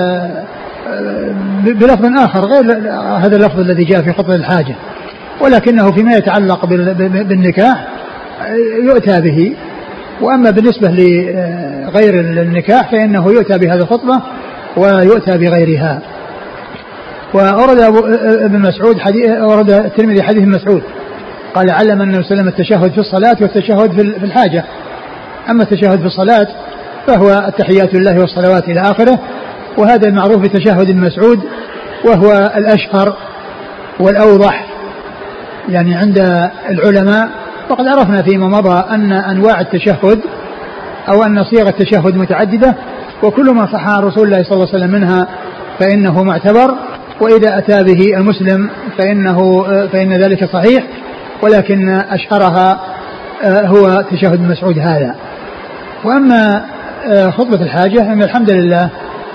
بلفظ آخر غير هذا اللفظ الذي جاء في خطبة الحاجة، ولكنه فيما يتعلق بالنكاح يؤتى به. وأما بالنسبة لغير النكاح فإنه يؤتى بهذه الخطبة ويؤتى بغيرها. وأورد ابن مسعود ورد الترمذي حديث ابن مسعود قال علم النبي صلى الله عليه وسلم التشهد في الصلاة والتشهد في الحاجة. أما التشهد في الصلاة فهو التحيات لله والصلوات إلى آخره، وهذا المعروف بتشهد ابن مسعود، وهو الأشهر والأوضح يعني عند العلماء. وقد عرفنا فيما مضى أن أنواع التشهد أو أن صيغ التشهد متعددة، وكل ما صح عن رسول الله صلى الله عليه وسلم منها فإنه معتبر، وإذا أتى به المسلم فإن ذلك صحيح، ولكن أشهرها هو تشهد ابن مسعود هذا. وأما خطبة الحاجة أن الحمد لله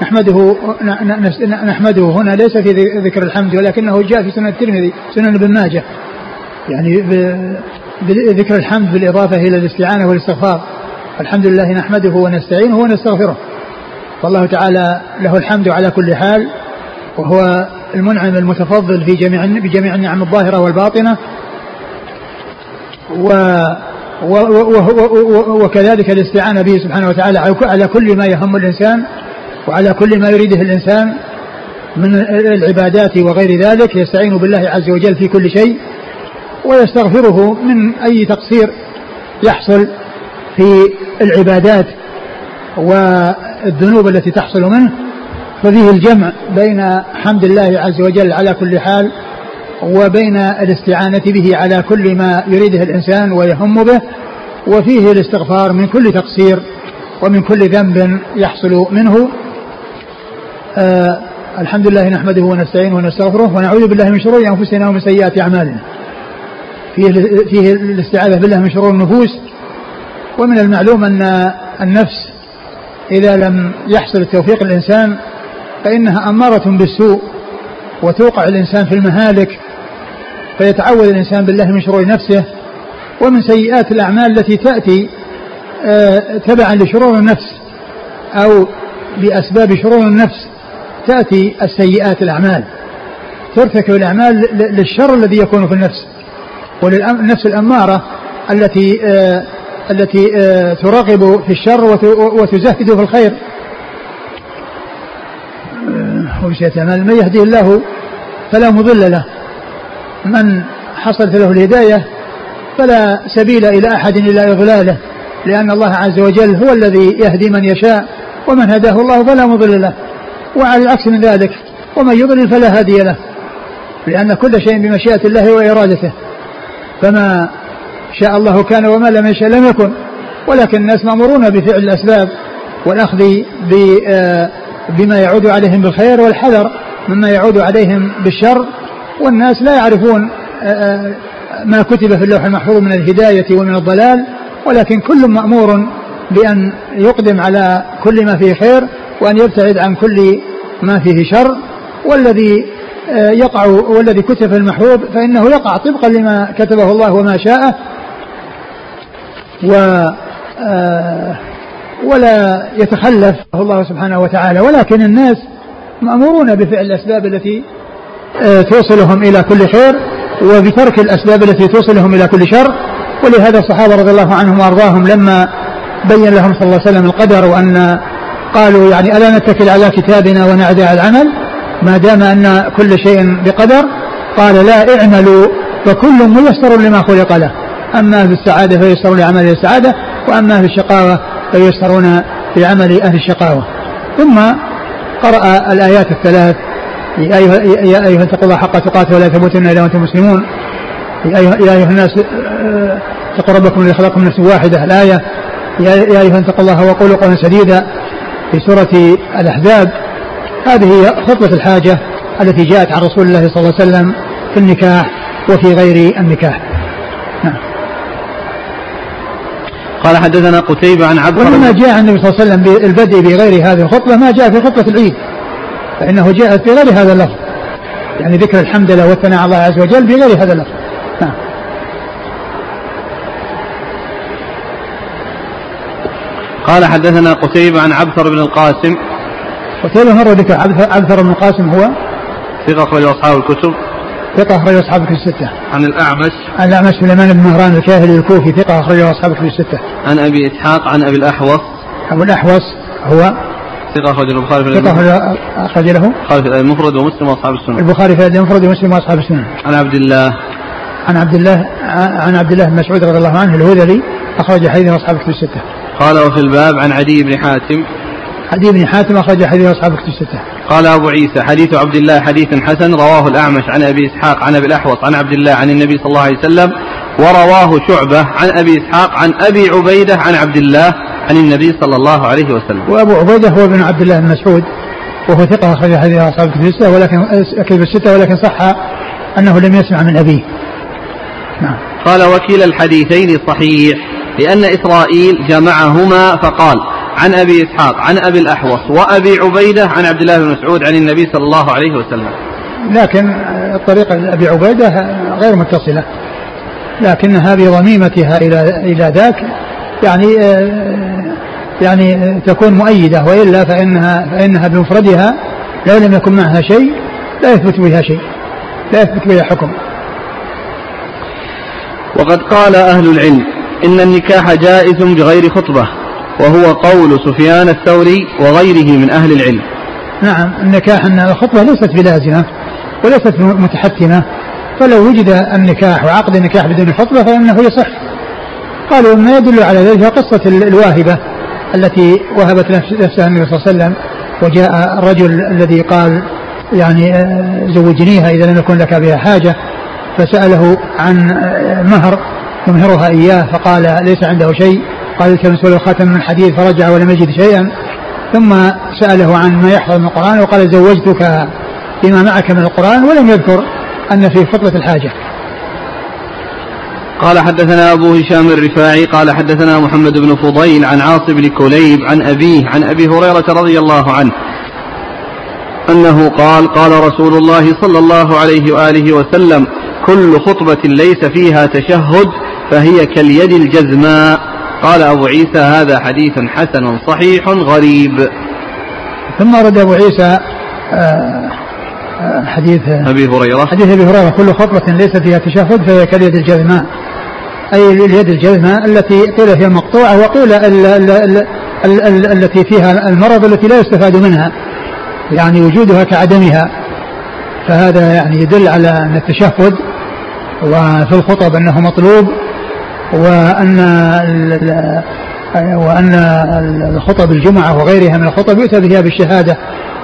نحمده هنا ليس في ذكر الحمد، ولكنه جاء في سنن الترمذي سنن ابن ماجه، يعني بذكر الحمد بالإضافة إلى الاستعانة والاستغفار. الحمد لله نحمده ونستعينه ونستغفره، والله تعالى له الحمد على كل حال، وهو المنعم المتفضل بجميع النعم الظاهرة والباطنة، وكذلك الاستعانة به سبحانه وتعالى على كل ما يهم الإنسان وعلى كل ما يريده الإنسان من العبادات وغير ذلك. يستعين بالله عز وجل في كل شيء، ويستغفره من أي تقصير يحصل في العبادات والذنوب التي تحصل منه. ففيه الجمع بين حمد الله عز وجل على كل حال وبين الاستعانة به على كل ما يريده الإنسان ويهم به، وفيه الاستغفار من كل تقصير ومن كل ذنب يحصل منه. الحمد لله نحمده ونستعينه ونستغفره ونعوذ بالله من شرور أنفسنا ومن سيئات أعمالنا. فيه الاستعاذة بالله من شرور النفوس. ومن المعلوم أن النفس إذا لم يحصل التوفيق للإنسان فإنها أمارة بالسوء، وتوقع الإنسان في المهالك، فيتعوذ الإنسان بالله من شرور نفسه ومن سيئات الأعمال التي تأتي تبعا لشرور النفس، أو بأسباب شرور النفس تأتي السيئات الأعمال، ترتكب الأعمال للشر الذي يكون في النفس، وللنفس الأمارة التي تراقب في الشر وتزهد في الخير. من يهدي الله فلا مضل له، من حصلت له الهداية فلا سبيل إلى أحد إلا إضلاله، لأن الله عز وجل هو الذي يهدي من يشاء، ومن هداه الله فلا مضل له، وعلى العكس من ذلك ومن يضلل فلا هادي له، لأن كل شيء بمشيئة الله وإرادته، فما شاء الله كان وما لم يشاء لم يكن. ولكن الناس مأمورون بفعل الأسباب والأخذ بما يعود عليهم بالخير والحذر مما يعود عليهم بالشر، والناس لا يعرفون ما كتب في اللوح المحفوظ من الهداية ومن الضلال، ولكن كل مأمور بأن يقدم على كل ما فيه خير وأن يبتعد عن كل ما فيه شر. والذي يقع والذي كتب في المحفوظ فإنه يقع طبقا لما كتبه الله وما شاءه، ولا يتخلف الله سبحانه وتعالى. ولكن الناس مأمورون بفعل الأسباب التي توصلهم إلى كل خير، وبترك الأسباب التي توصلهم إلى كل شر. ولهذا الصحابة رضي الله عنهم وأرضاهم لما بين لهم صلى الله عليه وسلم القدر وأن قالوا يعني ألا نتكل على كتابنا ونعدي على العمل ما دام أن كل شيء بقدر؟ قال لا، اعملوا فكل ميسر لما خلق له، أما في السعادة فييسرون لعمل السعادة، وأما في الشقاوة فييسرون لعمل أهل الشقاوة. ثم قرأ الآيات الثلاث: يا أيها اتقوا الله حق تقاته ولا تموتن إلا وأنتم مسلمون، يا أيها الناس اتقوا ربكم الذي خلقكم من نفس واحدة، الآية يا أيها اتقوا الله وقولوا قولا سديدا في سورة الأحزاب. هذه هي خطبة الحاجة التي جاءت عن رسول الله صلى الله عليه وسلم في النكاح وفي غير النكاح. نعم. قال حدثنا قتيبة عن عبد ولما جاء عن النبي صلى الله عليه وسلم بالبدء بغير هذه الخطبة ما جاء في خطبة العيد، فإنه جاء في غير هذا اللفظ، يعني ذكر الحمد لله والثناء على الله عز وجل بغير هذا اللفظ. نعم. قال حدثنا قتيبة عن عبثر بن القاسم. قتيبة مرة ذكر عبثر بن القاسم هو ثقة أخرج أصحاب الكتب. ثقة أخرج أصحاب الكتب الستة. عن الأعمش. عن الأعمش سليمان بن مهران الكاهلي الكوفي ثقة أخرج أصحاب الكتب الستة. عن أبي إسحاق عن أبي الأحوص. أبو الأحوص هو ثقة أخرج البخاري في ثقة أخرج له المفرد ومسلم وأصحاب السنن. البخاري في المفرد ومسلم وأصحاب السنن. عن عبد الله بن مسعود رضي الله عنه الهذلي أخرج حديثه أصحاب الكتب الستة. قال وفي الباب عن عدي بن حاتم. عدي بن حاتم أخرج حديث أصحاب الكتب الستة. قال أبو عيسى حديث عبد الله حديث حسن، رواه الأعمش عن أبي إسحاق عن أبي الأحوص عن عبد الله عن النبي صلى الله عليه وسلم، ورواه شعبة عن أبي إسحاق عن أبي عبيدة عن عبد الله عن النبي صلى الله عليه وسلم. وأبو عبيدة هو ابن عبد الله بن مسعود وهو ثقة أخرج حديث أصحاب الكتب الستة، ولكن صح أنه لم يسمع من أبيه. نعم. قال وكيل الحديثين صحيح، لأن إسرائيل جمعهما فقال عن أبي إسحاق عن أبي الأحوص وأبي عبيدة عن عبد الله بن مسعود عن النبي صلى الله عليه وسلم. لكن الطريقة أبي عبيدة غير متصلة، لكنها بضميمتها إلى ذاك يعني تكون مؤيدة، وإلا فإنها بمفردها لو لم يكن معها شيء لا يثبت بها حكم. وقد قال أهل العلم إن النكاح جائز بغير خطبة، وهو قول سفيان الثوري وغيره من أهل العلم. نعم، النكاح أن الخطبة ليست بلازمة وليست متحتمة، فلو وجد النكاح وعقد النكاح بدون خطبة فإنه يصح. قالوا ما يدل على ذلك قصة الواهبة التي وهبت نفسها النبي صلى الله عليه وسلم، وجاء الرجل الذي قال يعني زوجنيها إذا لم يكن لك بها حاجة، فسأله عن مهر يمهرها إياه فقال ليس عنده شيء، قال التمس له خاتم من حديد، فرجع ولم يجد شيئا، ثم سأله عن ما يحفظ من القرآن وقال زوجتك بما معك من القرآن، ولم يذكر أن في خطبة الحاجة. قال حدثنا أبو هشام الرفاعي قال حدثنا محمد بن فضيل عن عاصم بن كليب عن أبيه عن أبي هريرة رضي الله عنه أنه قال قال رسول الله صلى الله عليه وآله وسلم كل خطبة ليس فيها تشهد فهي كاليد الجزماء. قال أبو عيسى هذا حديث حسن صحيح غريب. ثم رد أبو عيسى حديث أبي هريرة كل خطبة ليس فيها تشهد فهي كاليد الجزماء، أي اليد الجزماء التي قيل فيها مقطوعة، وقيل التي فيها المرض التي لا يستفاد منها، يعني وجودها كعدمها. فهذا يعني يدل على أن التشهد وفي الخطب أنه مطلوب، وأن الخطب الجمعة وغيرها من الخطب يؤتى بها بالشهادة،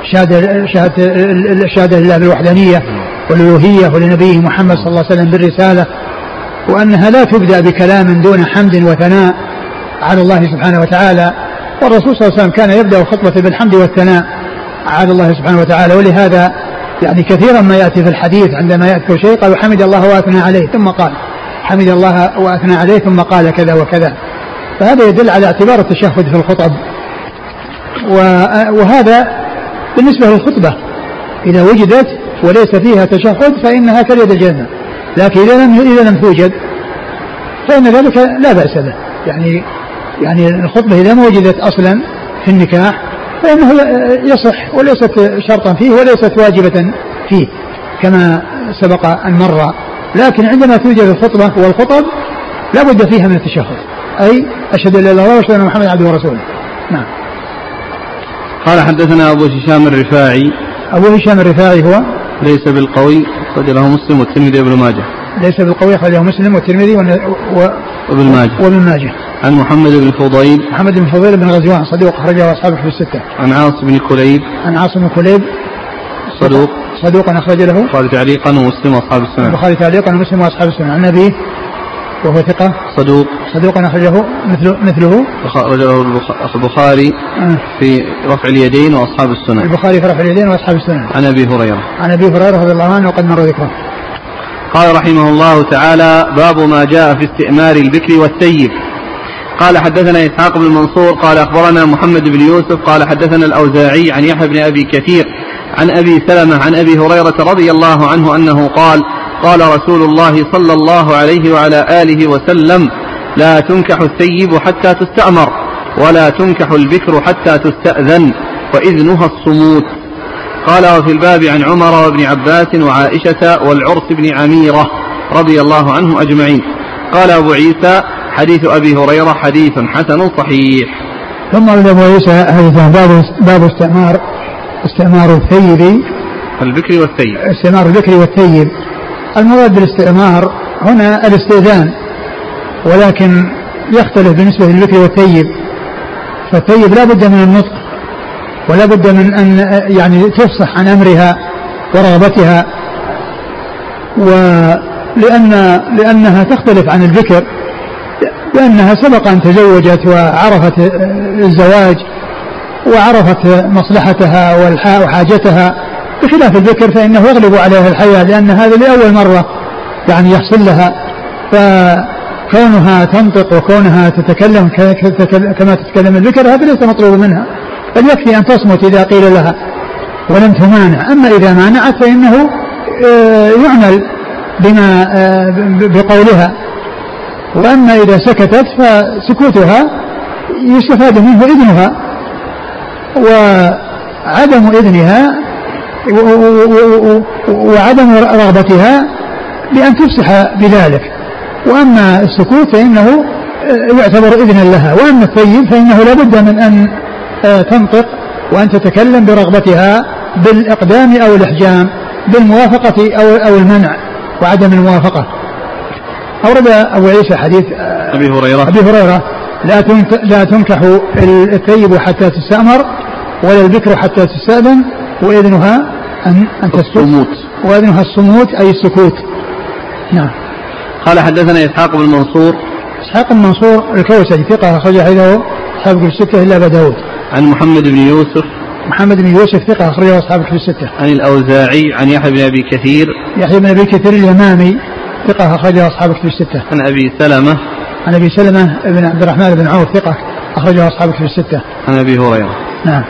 الشهادة لله بالوحدانية والألوهية ولنبيه محمد صلى الله عليه وسلم بالرسالة، وأنها لا تبدأ بكلام دون حمد وثناء على الله سبحانه وتعالى، والرسول صلى الله عليه وسلم كان يبدأ الخطبة بالحمد والثناء على الله سبحانه وتعالى. ولهذا يعني كثيرا ما يأتي في الحديث عندما يذكر شيء قالوا حمد الله وأثنى عليه، ثم قال حمد الله وأثنى عليه ثم قال كذا وكذا. فهذا يدل على اعتبار التشهد في الخطب، وهذا بالنسبة للخطبة إذا وجدت وليس فيها تشهد فإنها كاليد الجزمة، لكن إذا لم توجد فإن ذلك لا بأس به. يعني الخطبة إذا ما وجدت أصلا في النكاح فإنه يصح وليست شرطا فيه وليست واجبة فيه كما سبق أن مر، لكن عندما توجد الخطبة والخطب لا بد فيها من التشهد، أي أشهد أن لا إله إلا الله وأشهد أن محمدا عبده ورسوله. نعم. قال حدثنا أبو هشام الرفاعي. أبو هشام الرفاعي هو ليس بالقوي، أخرج له مسلم والترمذي وابن ماجه. ليس بالقوي، أخرج له مسلم والترمذي وابن ماجه. عن محمد بن فضيل. محمد بن فضيل بن غزوان صدوق، أخرجه أصحابه في الستة. عن عاصم بن كليب. عن عاصم بن كليب صدوق أخرج له البخاري تعليقا ومسلم وأصحاب السنن. البخاري تعليقا ومسلم وأصحاب السنن. عن أبيه وهو ثقة صدوق أخرجه مثله أخرجه البخاري في رفع اليدين وأصحاب السنن. البخاري في رفع اليدين وأصحاب السنن. عن أبي هريرة رضي الله عنه وقد مر ذكره. قال رحمه الله تعالى: باب ما جاء في استئمار البكر والثيب. قال حدثنا إسحاق بن منصور قال أخبرنا محمد بن يوسف قال حدثنا الأوزاعي عن يحيى بن أبي كثير عن أبي سلمة عن أبي هريرة رضي الله عنه أنه قال: قال رسول الله صلى الله عليه وعلى آله وسلم: لا تنكح الثيب حتى تستأمر، ولا تنكح البكر حتى تستأذن، وإذنها الصموت. قال: وفي الباب عن عمر وابن عباس وعائشة والعرس بن عميرة رضي الله عنهم أجمعين. قال أبو عيسى: حديث أبي هريرة حديث حسن صحيح. ثم أبو عيسى باب استعمار الثيب البكر والثيب. استعمار البكر والثيب. المراد بالاستعمار هنا الاستئذان، ولكن يختلف بالنسبة للبكر والثيب. فالثيب لا بد من النطق، ولا بد من أن يعني تفصح عن أمرها ورغبتها، لأنها تختلف عن البكر، لأنها سبق أن تزوجت وعرفت الزواج وعرفت مصلحتها وحاجتها، بخلاف البكر فإنه يغلب عليها الحياة، لأن هذا لأول مرة يعني يحصل لها، فكونها تنطق وكونها تتكلم كما تتكلم البكر هذا ليس مطلوب منها، بل يكفي أن تصمت إذا قيل لها ولم تمانع. أما إذا مانعت فإنه يعمل بقولها، وأما إذا سكتت فسكوتها يستفاد منه إذنها، وعدم إذنها وعدم رغبتها بأن تفسح بذلك. وأما السكوت فإنه يعتبر إذنا لها. وأما الثيب فإنه لا بد من أن تنطق وأن تتكلم برغبتها بالإقدام أو الإحجام، بالموافقة أو المنع وعدم الموافقة. أورد أبو عيسى حديث أبي هريرة: لا تنكح الثيب حتى تستأمر، ولا البكر حتى تستأذن، وإذنها أن تسكت، وإذنها الصموت أي السكوت. نعم. قال حدثنا إسحاق بن منصور. إسحاق بن منصور الكوسجي ثقة أخرج حديثه أصحاب في الستة إلا أبا داود. عن محمد بن يوسف ثقة أخرجه أصحاب في الستة. عن الأوزاعي عن يحيى بن أبي كثير اليمامي ثقة أخرجه أصحاب في الستة. عن أبي سلمة بن عبد الرحمن بن عوف ثقة أخرجه أصحاب في الستة. عن أبي هريرة. نعم.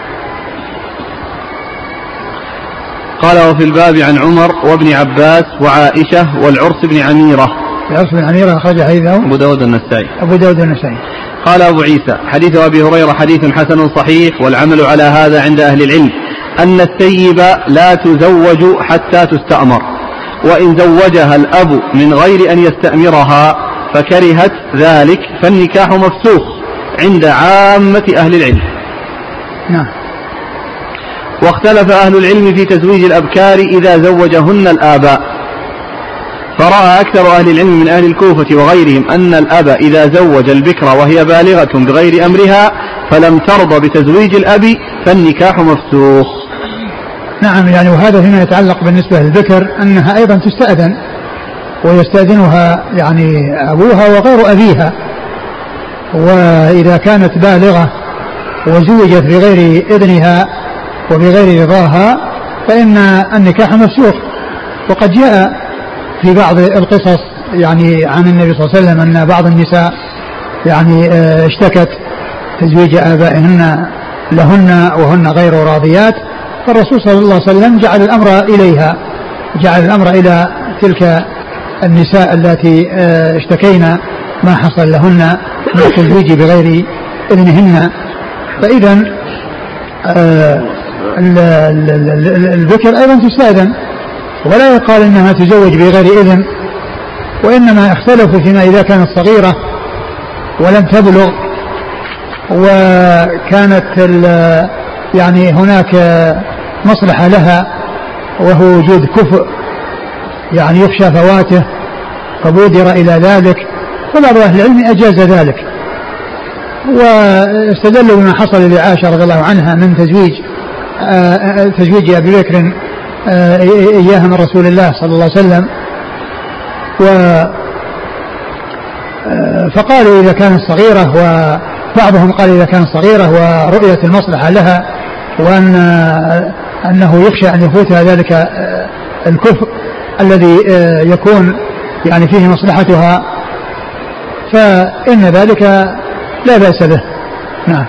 قال: وفي الباب عن عمر وابن عباس وعائشة والعرس بن عميرة. العرس بن عميرة أخرج حديثه أبو داود النسائي. قال أبو عيسى: حديث أبي هريرة حديث حسن صحيح، والعمل على هذا عند أهل العلم أن الثيب لا تزوج حتى تستأمر، وإن زوجها الأب من غير أن يستأمرها فكرهت ذلك فالنكاح مفسوخ عند عامة أهل العلم. نعم. واختلف أهل العلم في تزويج الأبكار إذا زوجهن الآباء، فرأى أكثر أهل العلم من أهل الكوفة وغيرهم أن الأب إذا زوج البكر وهي بالغة بغير أمرها فلم ترضى بتزويج الأب فالنكاح مفسوخ. نعم. يعني وهذا فيما يتعلق بالنسبة للبكر أنها أيضا تستأذن، ويستأذنها يعني أبوها وغير أبيها، وإذا كانت بالغة وزوجت بغير إذنها وبغير رضاها فإن النكاح مفسوخ. وقد جاء في بعض القصص يعني عن النبي صلى الله عليه وسلم أن بعض النساء يعني اشتكت تزويج آبائهن لهن وهن غير راضيات، فالرسول صلى الله عليه وسلم جعل الأمر إلى تلك النساء التي اشتكينا ما حصل لهن من التزويج بغير إذنهن. فإذا البكر أيضا تستأذن، ولا يقال إنها تزوج بغير إذن، وإنما اختلفوا فيما إذا كانت صغيرة ولم تبلغ وكانت يعني هناك مصلحة لها وهو وجود كفء يعني يخشى فواته فبودر إلى ذلك، فبعض أهل العلم أجاز ذلك، واستدلوا بما حصل لعائشة رضي الله عنها من تزويج أبي بكر إياها من رسول الله صلى الله عليه وسلم، فقالوا إذا كانت صغيرة، وبعضهم قال إذا كانت صغيرة ورؤية المصلحة لها وأنه يخشى أن يفوتها ذلك الكفء الذي يكون يعني فيه مصلحتها، فإن ذلك لا بأس به. نعم.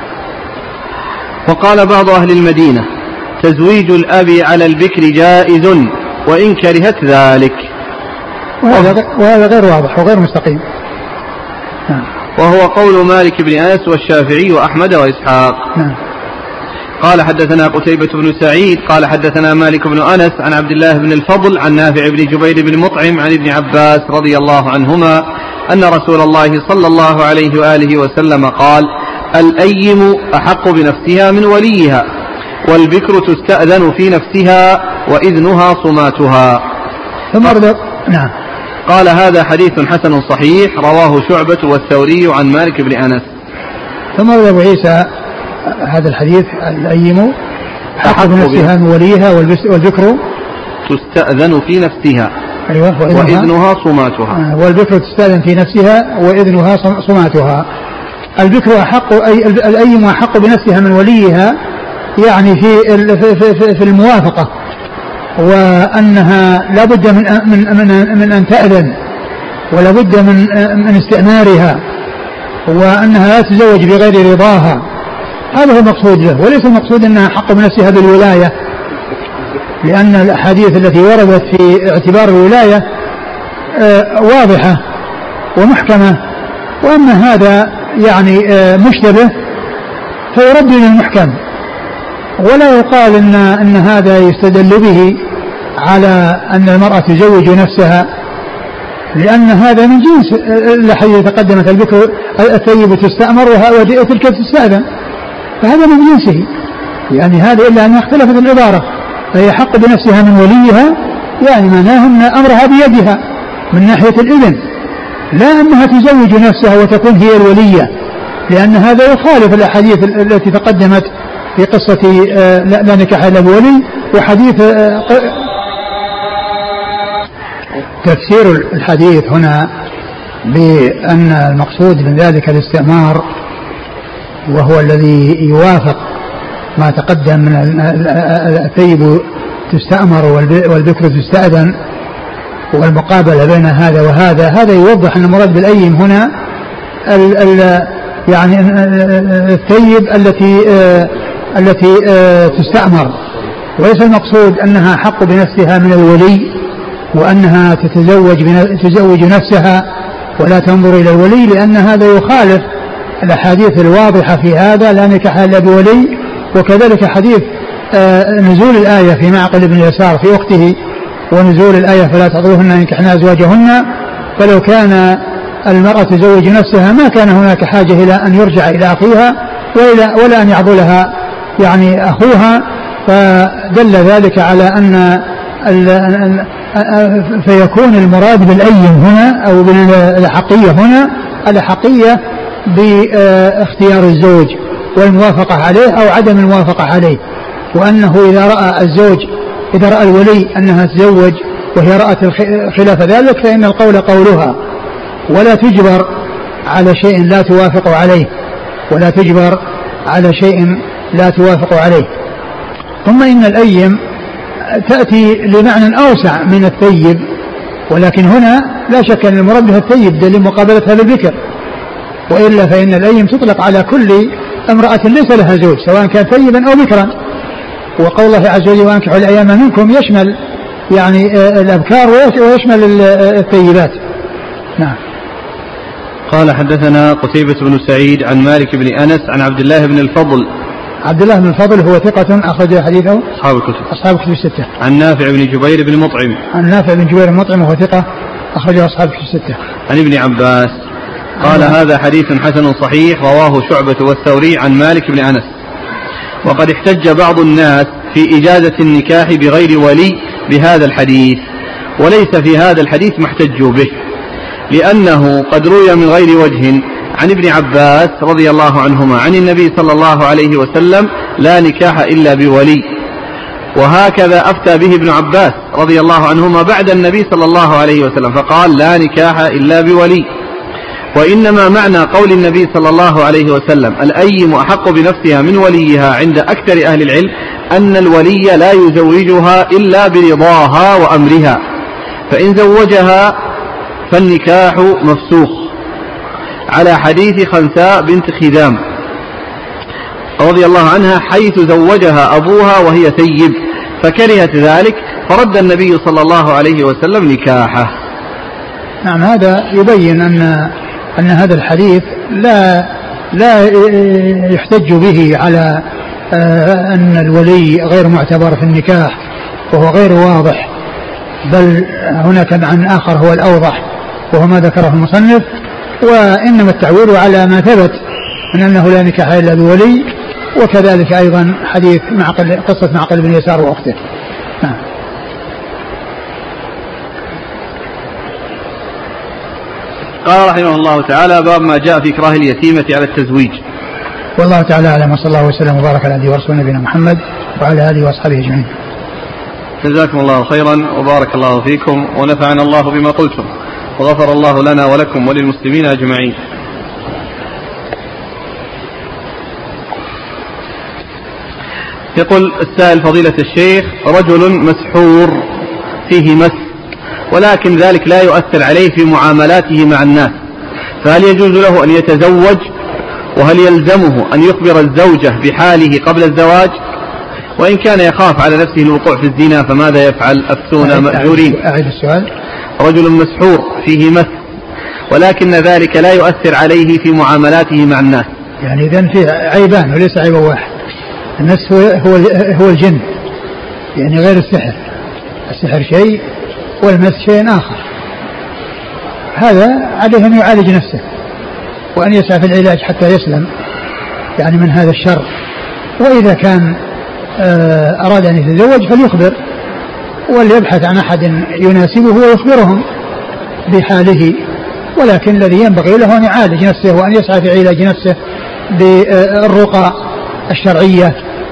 وقال بعض أهل المدينة تزويج الأب على البكر جائز وإن كرهت ذلك، وهذا غير واضح وغير مستقيم. نعم. وهو قول مالك بن أنس والشافعي وأحمد وإسحاق. نعم. قال حدثنا قتيبة بن سعيد قال حدثنا مالك بن أنس عن عبد الله بن الفضل عن نافع بن جبير بن مطعم عن ابن عباس رضي الله عنهما أن رسول الله صلى الله عليه وآله وسلم قال: الأيم أحق بنفسها من وليها، والبكر تستأذن في نفسها وإذنها صماتها. نعم. قال: هذا حديث حسن صحيح رواه شعبة والثوري عن مالك بن أنس. ثم روى أبو عيسى هذا الحديث: الأيم أحق بنفسها من وليها، والبكر تستأذن في نفسها. أيوة. وإذنها صماتها. والبكر تستأذن في نفسها وإذنها صماتها. البكر أحق، أي الأيم أحق بنفسها من وليها، يعني في الموافقة، وأنها لا بد من أن تأذن، ولا بد من استئمارها، وأنها لا تزوج بغير رضاها. هذا هو المقصود له، وليس المقصود أنها حق بنفسها بالولاية، لأن الأحاديث التي وردت في اعتبار الولاية واضحة ومحكمة، وأما هذا يعني مشتبه فيرد إلى المحكم، ولا يقال إن هذا يستدل به على أن المرأة تزوج نفسها، لأن هذا من جنس الحديث تقدمت: البكر الثيب تستأمر وتلك تستأذن، فهذا من جنسه، يعني هذا إلا أن اختلفت العبارة، فهي حق بنفسها من وليها، يعني معناه أن أمرها بيدها من ناحية الإذن، لا أنها تزوج نفسها وتكون هي الولية، لأن هذا يخالف الأحاديث التي تقدمت في قصة لا نكاح إلا بولي، وحديث تفسير الحديث هنا بأن المقصود من ذلك الاستئمار، وهو الذي يوافق ما تقدم من الثيب تستأمر والبكر تستأذن، والمقابلة بين هذا وهذا. هذا يوضح أن المراد بالأيم هنا يعني الثيب التي تستأمر، وليس المقصود أنها حق بنفسها من الولي، وأنها تزوج نفسها ولا تنظر إلى الولي، لأن هذا يخالف الأحاديث الواضحة في هذا: لا نكاح إلا بولي. وكذلك حديث نزول الآية في معقل بن يسار في وقته، ونزول الآية: فلا تعضلوهن أن ينكحن أزواجهن. فلو كان المرأة تزوج نفسها ما كان هناك حاجة إلى أن يرجع إلى أخيها ولا أن يعضلها يعني أخوها، فدل ذلك على أن فيكون المراد بالأيم هنا أو بالأحقية هنا الأحقية باختيار الزوج والموافقة عليه أو عدم الموافقة عليه، وأنه إذا رأى الولي أنها تزوج وهي رأت خلاف ذلك فإن القول قولها، ولا تجبر على شيء لا توافق عليه. ثم إن الأيم تأتي لمعنى أوسع من الثيب، ولكن هنا لا شك أن المراد بها الثيب دليل مقابلتها بالبكر، وإلا فإن الأيم تطلق على كل امرأة ليس لها زوج سواء كان ثيبا أو بكرا، وقول الله عز وجل: وأنكحوا الأيام منكم يشمل يعني الأبكار ويشمل الثيبات. نعم. قال: حدثنا قتيبة بن سعيد عن مالك بن أنس عن عبد الله بن الفضل. عبد الله بن الفضل هو ثقة أخرج حديثه أصحاب الكتب الستة. عن نافع بن جبير بن مطعم وهو ثقة أخرجه أصحاب الكتب الستة. عن ابن عباس قال: هذا حديث حسن صحيح رواه شعبة والثوري عن مالك بن أنس. وقد احتج بعض الناس في إجازة النكاح بغير ولي بهذا الحديث، وليس في هذا الحديث ما احتجوا به، لأنه قد روي من غير وجه عن ابن عباس رضي الله عنهما عن النبي صلى الله عليه وسلم لا نكاح إلا بولي، وهكذا أفتى به ابن عباس رضي الله عنهما بعد النبي صلى الله عليه وسلم فقال لا نكاح إلا بولي. وإنما معنى قول النبي صلى الله عليه وسلم الأيم أحق بنفسها من وليها عند أكثر أهل العلم أن الولي لا يزوجها إلا برضاها وأمرها، فإن زوجها فالنكاح مفسوخ، على حديث خنساء بنت خذام رضي الله عنها حيث زوجها أبوها وهي ثيب فكرهت ذلك فرد النبي صلى الله عليه وسلم نكاحه. نعم، هذا يبين أن هذا الحديث لا يحتج به على أن الولي غير معتبر في النكاح وهو غير واضح، بل هناك معنى آخر هو الأوضح وهو ما ذكره المصنف، وإنما التعويل على ما ثبت من أنه لا نكاح إلا بولي، وكذلك أيضا حديث قصة معقل بن يسار وأخته. قال رحمه الله تعالى باب ما جاء في إكراه اليتيمة على التزويج. والله تعالى أعلم، وصلى الله وسلم وبارك على عبده ورسوله نبينا محمد وعلى آله وأصحابه أجمعين. جزاكم الله خيرا وبارك الله فيكم ونفعنا الله بما قلتم وغفر الله لنا ولكم وللمسلمين أجمعين. يقول السائل فضيلة الشيخ رجل مسحور فيه مس ولكن ذلك لا يؤثر عليه في معاملاته مع الناس، فهل يجوز له أن يتزوج؟ وهل يلزمه أن يخبر الزوجة بحاله قبل الزواج؟ وإن كان يخاف على نفسه الوقوع في الزنا فماذا يفعل؟ أفتونا مأجورين. أعيد السؤال. رجل مسحور فيه مس ولكن ذلك لا يؤثر عليه في معاملاته مع الناس. يعني إذن فيه عيبان وليس عيب واحد. النفس هو الجن، يعني غير السحر. السحر شيء والمس شيء آخر. هذا عليه أن يعالج نفسه وأن يسعى في العلاج حتى يسلم يعني من هذا الشر. وإذا كان أراد أن يتزوج فليخبر وليبحث عن أحد يناسبه ويخبرهم بحاله، ولكن الذي ينبغي له أن يعالج نفسه وأن يسعى في علاج نفسه بالرقى الشرعية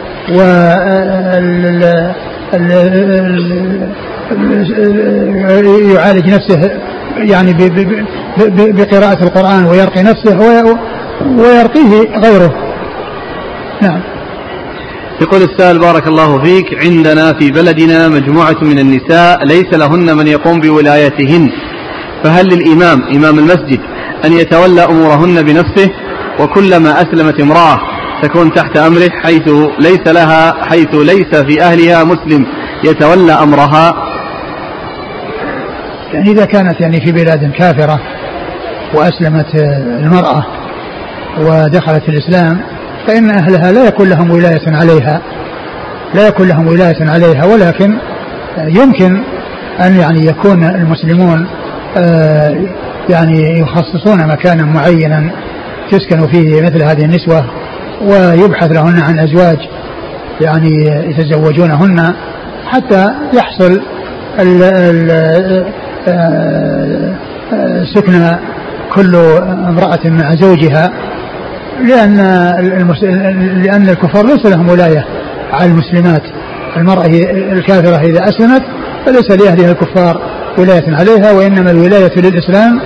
ويعالج نفسه يعني بقراءة القرآن ويرقي نفسه ويرقيه غيره. نعم. يقول السائل بارك الله فيك عندنا في بلدنا مجموعة من النساء ليس لهن من يقوم بولايتهن، فهل للإمام إمام المسجد أن يتولى أمورهن بنفسه وكلما أسلمت امرأة تكون تحت أمره حيث ليس في أهلها مسلم يتولى أمرها؟ يعني إذا كانت يعني في بلاد كافرة وأسلمت المرأة ودخلت الإسلام فإن أهلها لا يكون لهم ولاية عليها، ولكن يمكن أن يعني يكون المسلمون يعني يخصصون مكانا معينا تسكن فيه مثل هذه النسوة ويبحث لهن عن أزواج يعني يتزوجونهن حتى يحصل سكن كل امرأة مع زوجها، لأن الكفار ليس لهم ولاية على المسلمات. المرأة الكافرة إذا أسلمت فليس لأهلها الكفار ولاية عليها، وإنما الولاية للإسلام.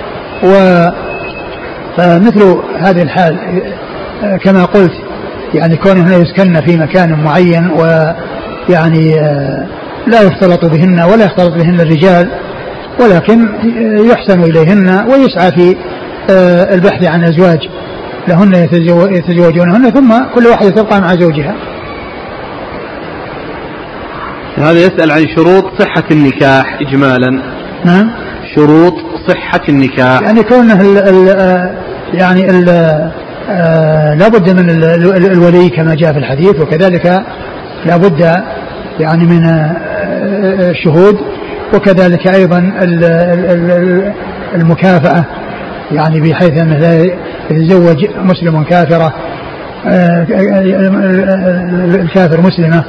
فمثل هذه الحال كما قلت يعني كونهن يسكن في مكان معين ويعني لا يختلط بهن ولا يختلط بهن الرجال، ولكن يحسن إليهن ويسعى في البحث عن أزواج لهن يتزوجونهن ثم كل واحدة تبقى مع زوجها. هذا يسأل عن شروط صحة النكاح إجمالا. نعم. شروط صحة النكاح يعني كونه لا بد من الولي كما جاء في الحديث، وكذلك لا بد يعني من الشهود، وكذلك أيضا المكافأة يعني بحيث أنه لا يتزوج مسلم كافرة الكافر مسلمة،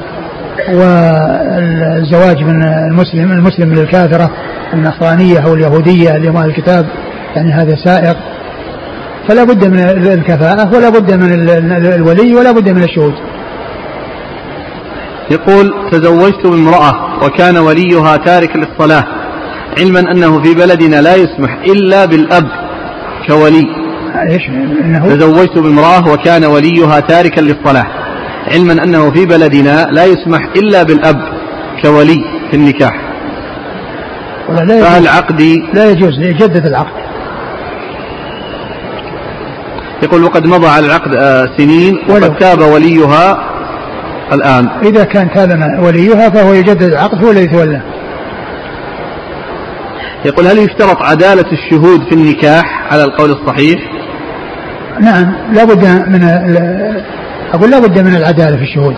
والزواج من المسلم للكافرة النصرانية أو اليهودية اللي هم الكتاب، يعني هذا سائغ، فلا بد من الكفاءة ولا بد من الولي ولا بد من الشهود. يقول: تزوجت بامرأة وكان وليها تارك للصلاة، علما أنه في بلدنا لا يسمح إلا بالأب كولي. تزوجت بامرأة وكان وليها تاركا للصلاة، علما أنه في بلدنا لا يسمح إلا بالأب كولي في النكاح، فهل عقدي لا يجوز يجدد العقد؟ يقول: وقد مضى على العقد سنين وقد تاب وليها الآن. إذا كان تاب وليها فهو يجدد العقد، هو الذي يتولى. يقول: هل يشترط عدالة الشهود في النكاح على القول الصحيح؟ نعم، لا بد من العدالة في الشهود.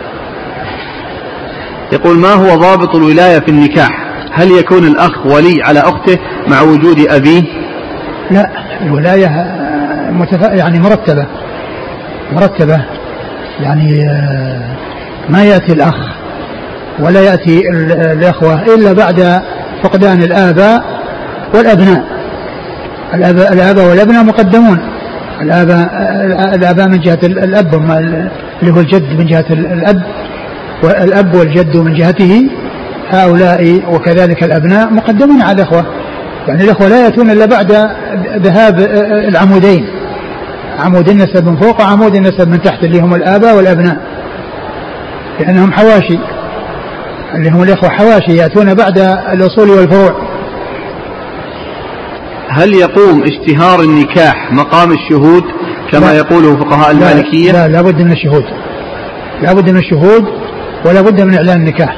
يقول: ما هو ضابط الولاية في النكاح؟ هل يكون الأخ ولي على أخته مع وجود أبيه؟ لا، الولاية يعني مرتبة، يعني ما يأتي الأخ ولا يأتي الأخوة إلا بعد فقدان الآباء والأبناء. الآباء والأبناء مقدمون، الآباء من جهة الأب اللي هو الجد من جهة الأب، والأب والجد من جهته هؤلاء، وكذلك الأبناء مقدمون على الأخوة. يعني الأخوة لا يأتون إلا بعد ذهاب العمودين، عمود النسب من فوق وعمود النسب من تحت، اللي هم الآباء والأبناء، لأنهم حواشي، اللي هم الأخوة حواشي يأتون بعد الأصول والفروع. هل يقوم اشتهار النكاح مقام الشهود كما يقوله فقهاء المالكية؟ لا، لا بد من الشهود، لا بد من الشهود ولا بد من إعلان النكاح.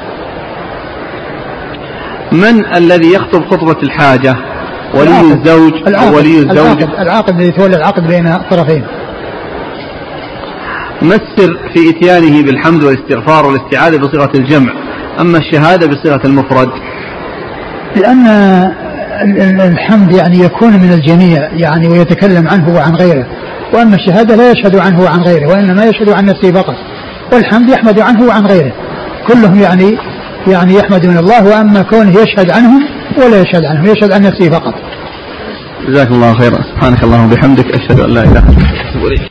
من الذي يخطب خطبة الحاجة؟ ولي الزوج أو ولي الزوج؟ العاقد الذي يتولى العقد بين الطرفين. ما السر في إتيانه بالحمد والاستغفار والاستعاذة بصيغة الجمع أما الشهادة بصيغة المفرد؟ لأن الحمد يعني يكون من الجميع يعني ويتكلم عنه وعن غيره، وأما الشهادة لا يشهد عنه وعن غيره، وإنما يشهد عن نفسه فقط، والحمد يحمد عنه وعن غيره، كلهم يعني يحمدون الله، وأما كونه يشهد عنهم ولا يشهد عنهم، يشهد عن نفسه فقط. جزاك الله خيرا. سبحانك اللهم وبحمدك، أشهد أن لا إله إلا أنت.